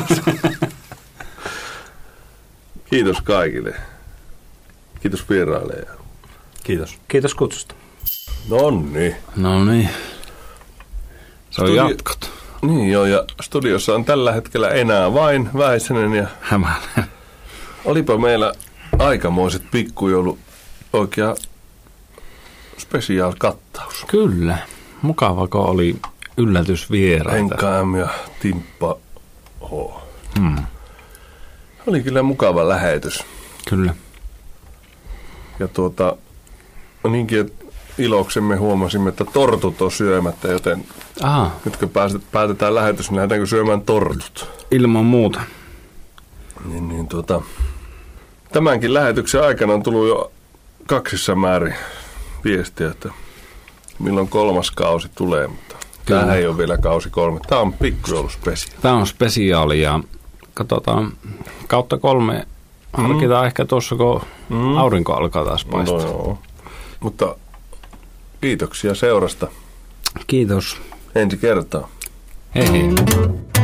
Kiitos kaikille. Kiitos vieraille. Kiitos. Kiitos kutsusta. Noniin. Se on jatkot. Niin joo, ja studiossa on tällä hetkellä enää vain Väisänen ja Hämäläinen. Olipa meillä aikamoiset pikkujoulu oikea special-kattaus. Kyllä. Mukavako oli yllätysvieraita? Henkka M ja Timppa H. Oli kyllä mukava lähetys. Kyllä. Ja niinkin, että iloksemme huomasimme, että tortut on syömättä, joten nyt kun päätetään lähetys, niin lähdetäänkö syömään tortut? Ilman muuta. Tämänkin lähetyksen aikana on tullut jo 2 määrin viestiä, että milloin 3. kausi tulee, mutta tämähän ei ole vielä kausi 3. Tämä on pikkujouluspesiaali. Tämä on spesiaali ja katsotaan kautta 3 harkitaan ehkä tuossa, kun aurinko alkaa taas paistaa. No. Mutta kiitoksia seurasta. Kiitos. Ensi kertaa. Hei hei.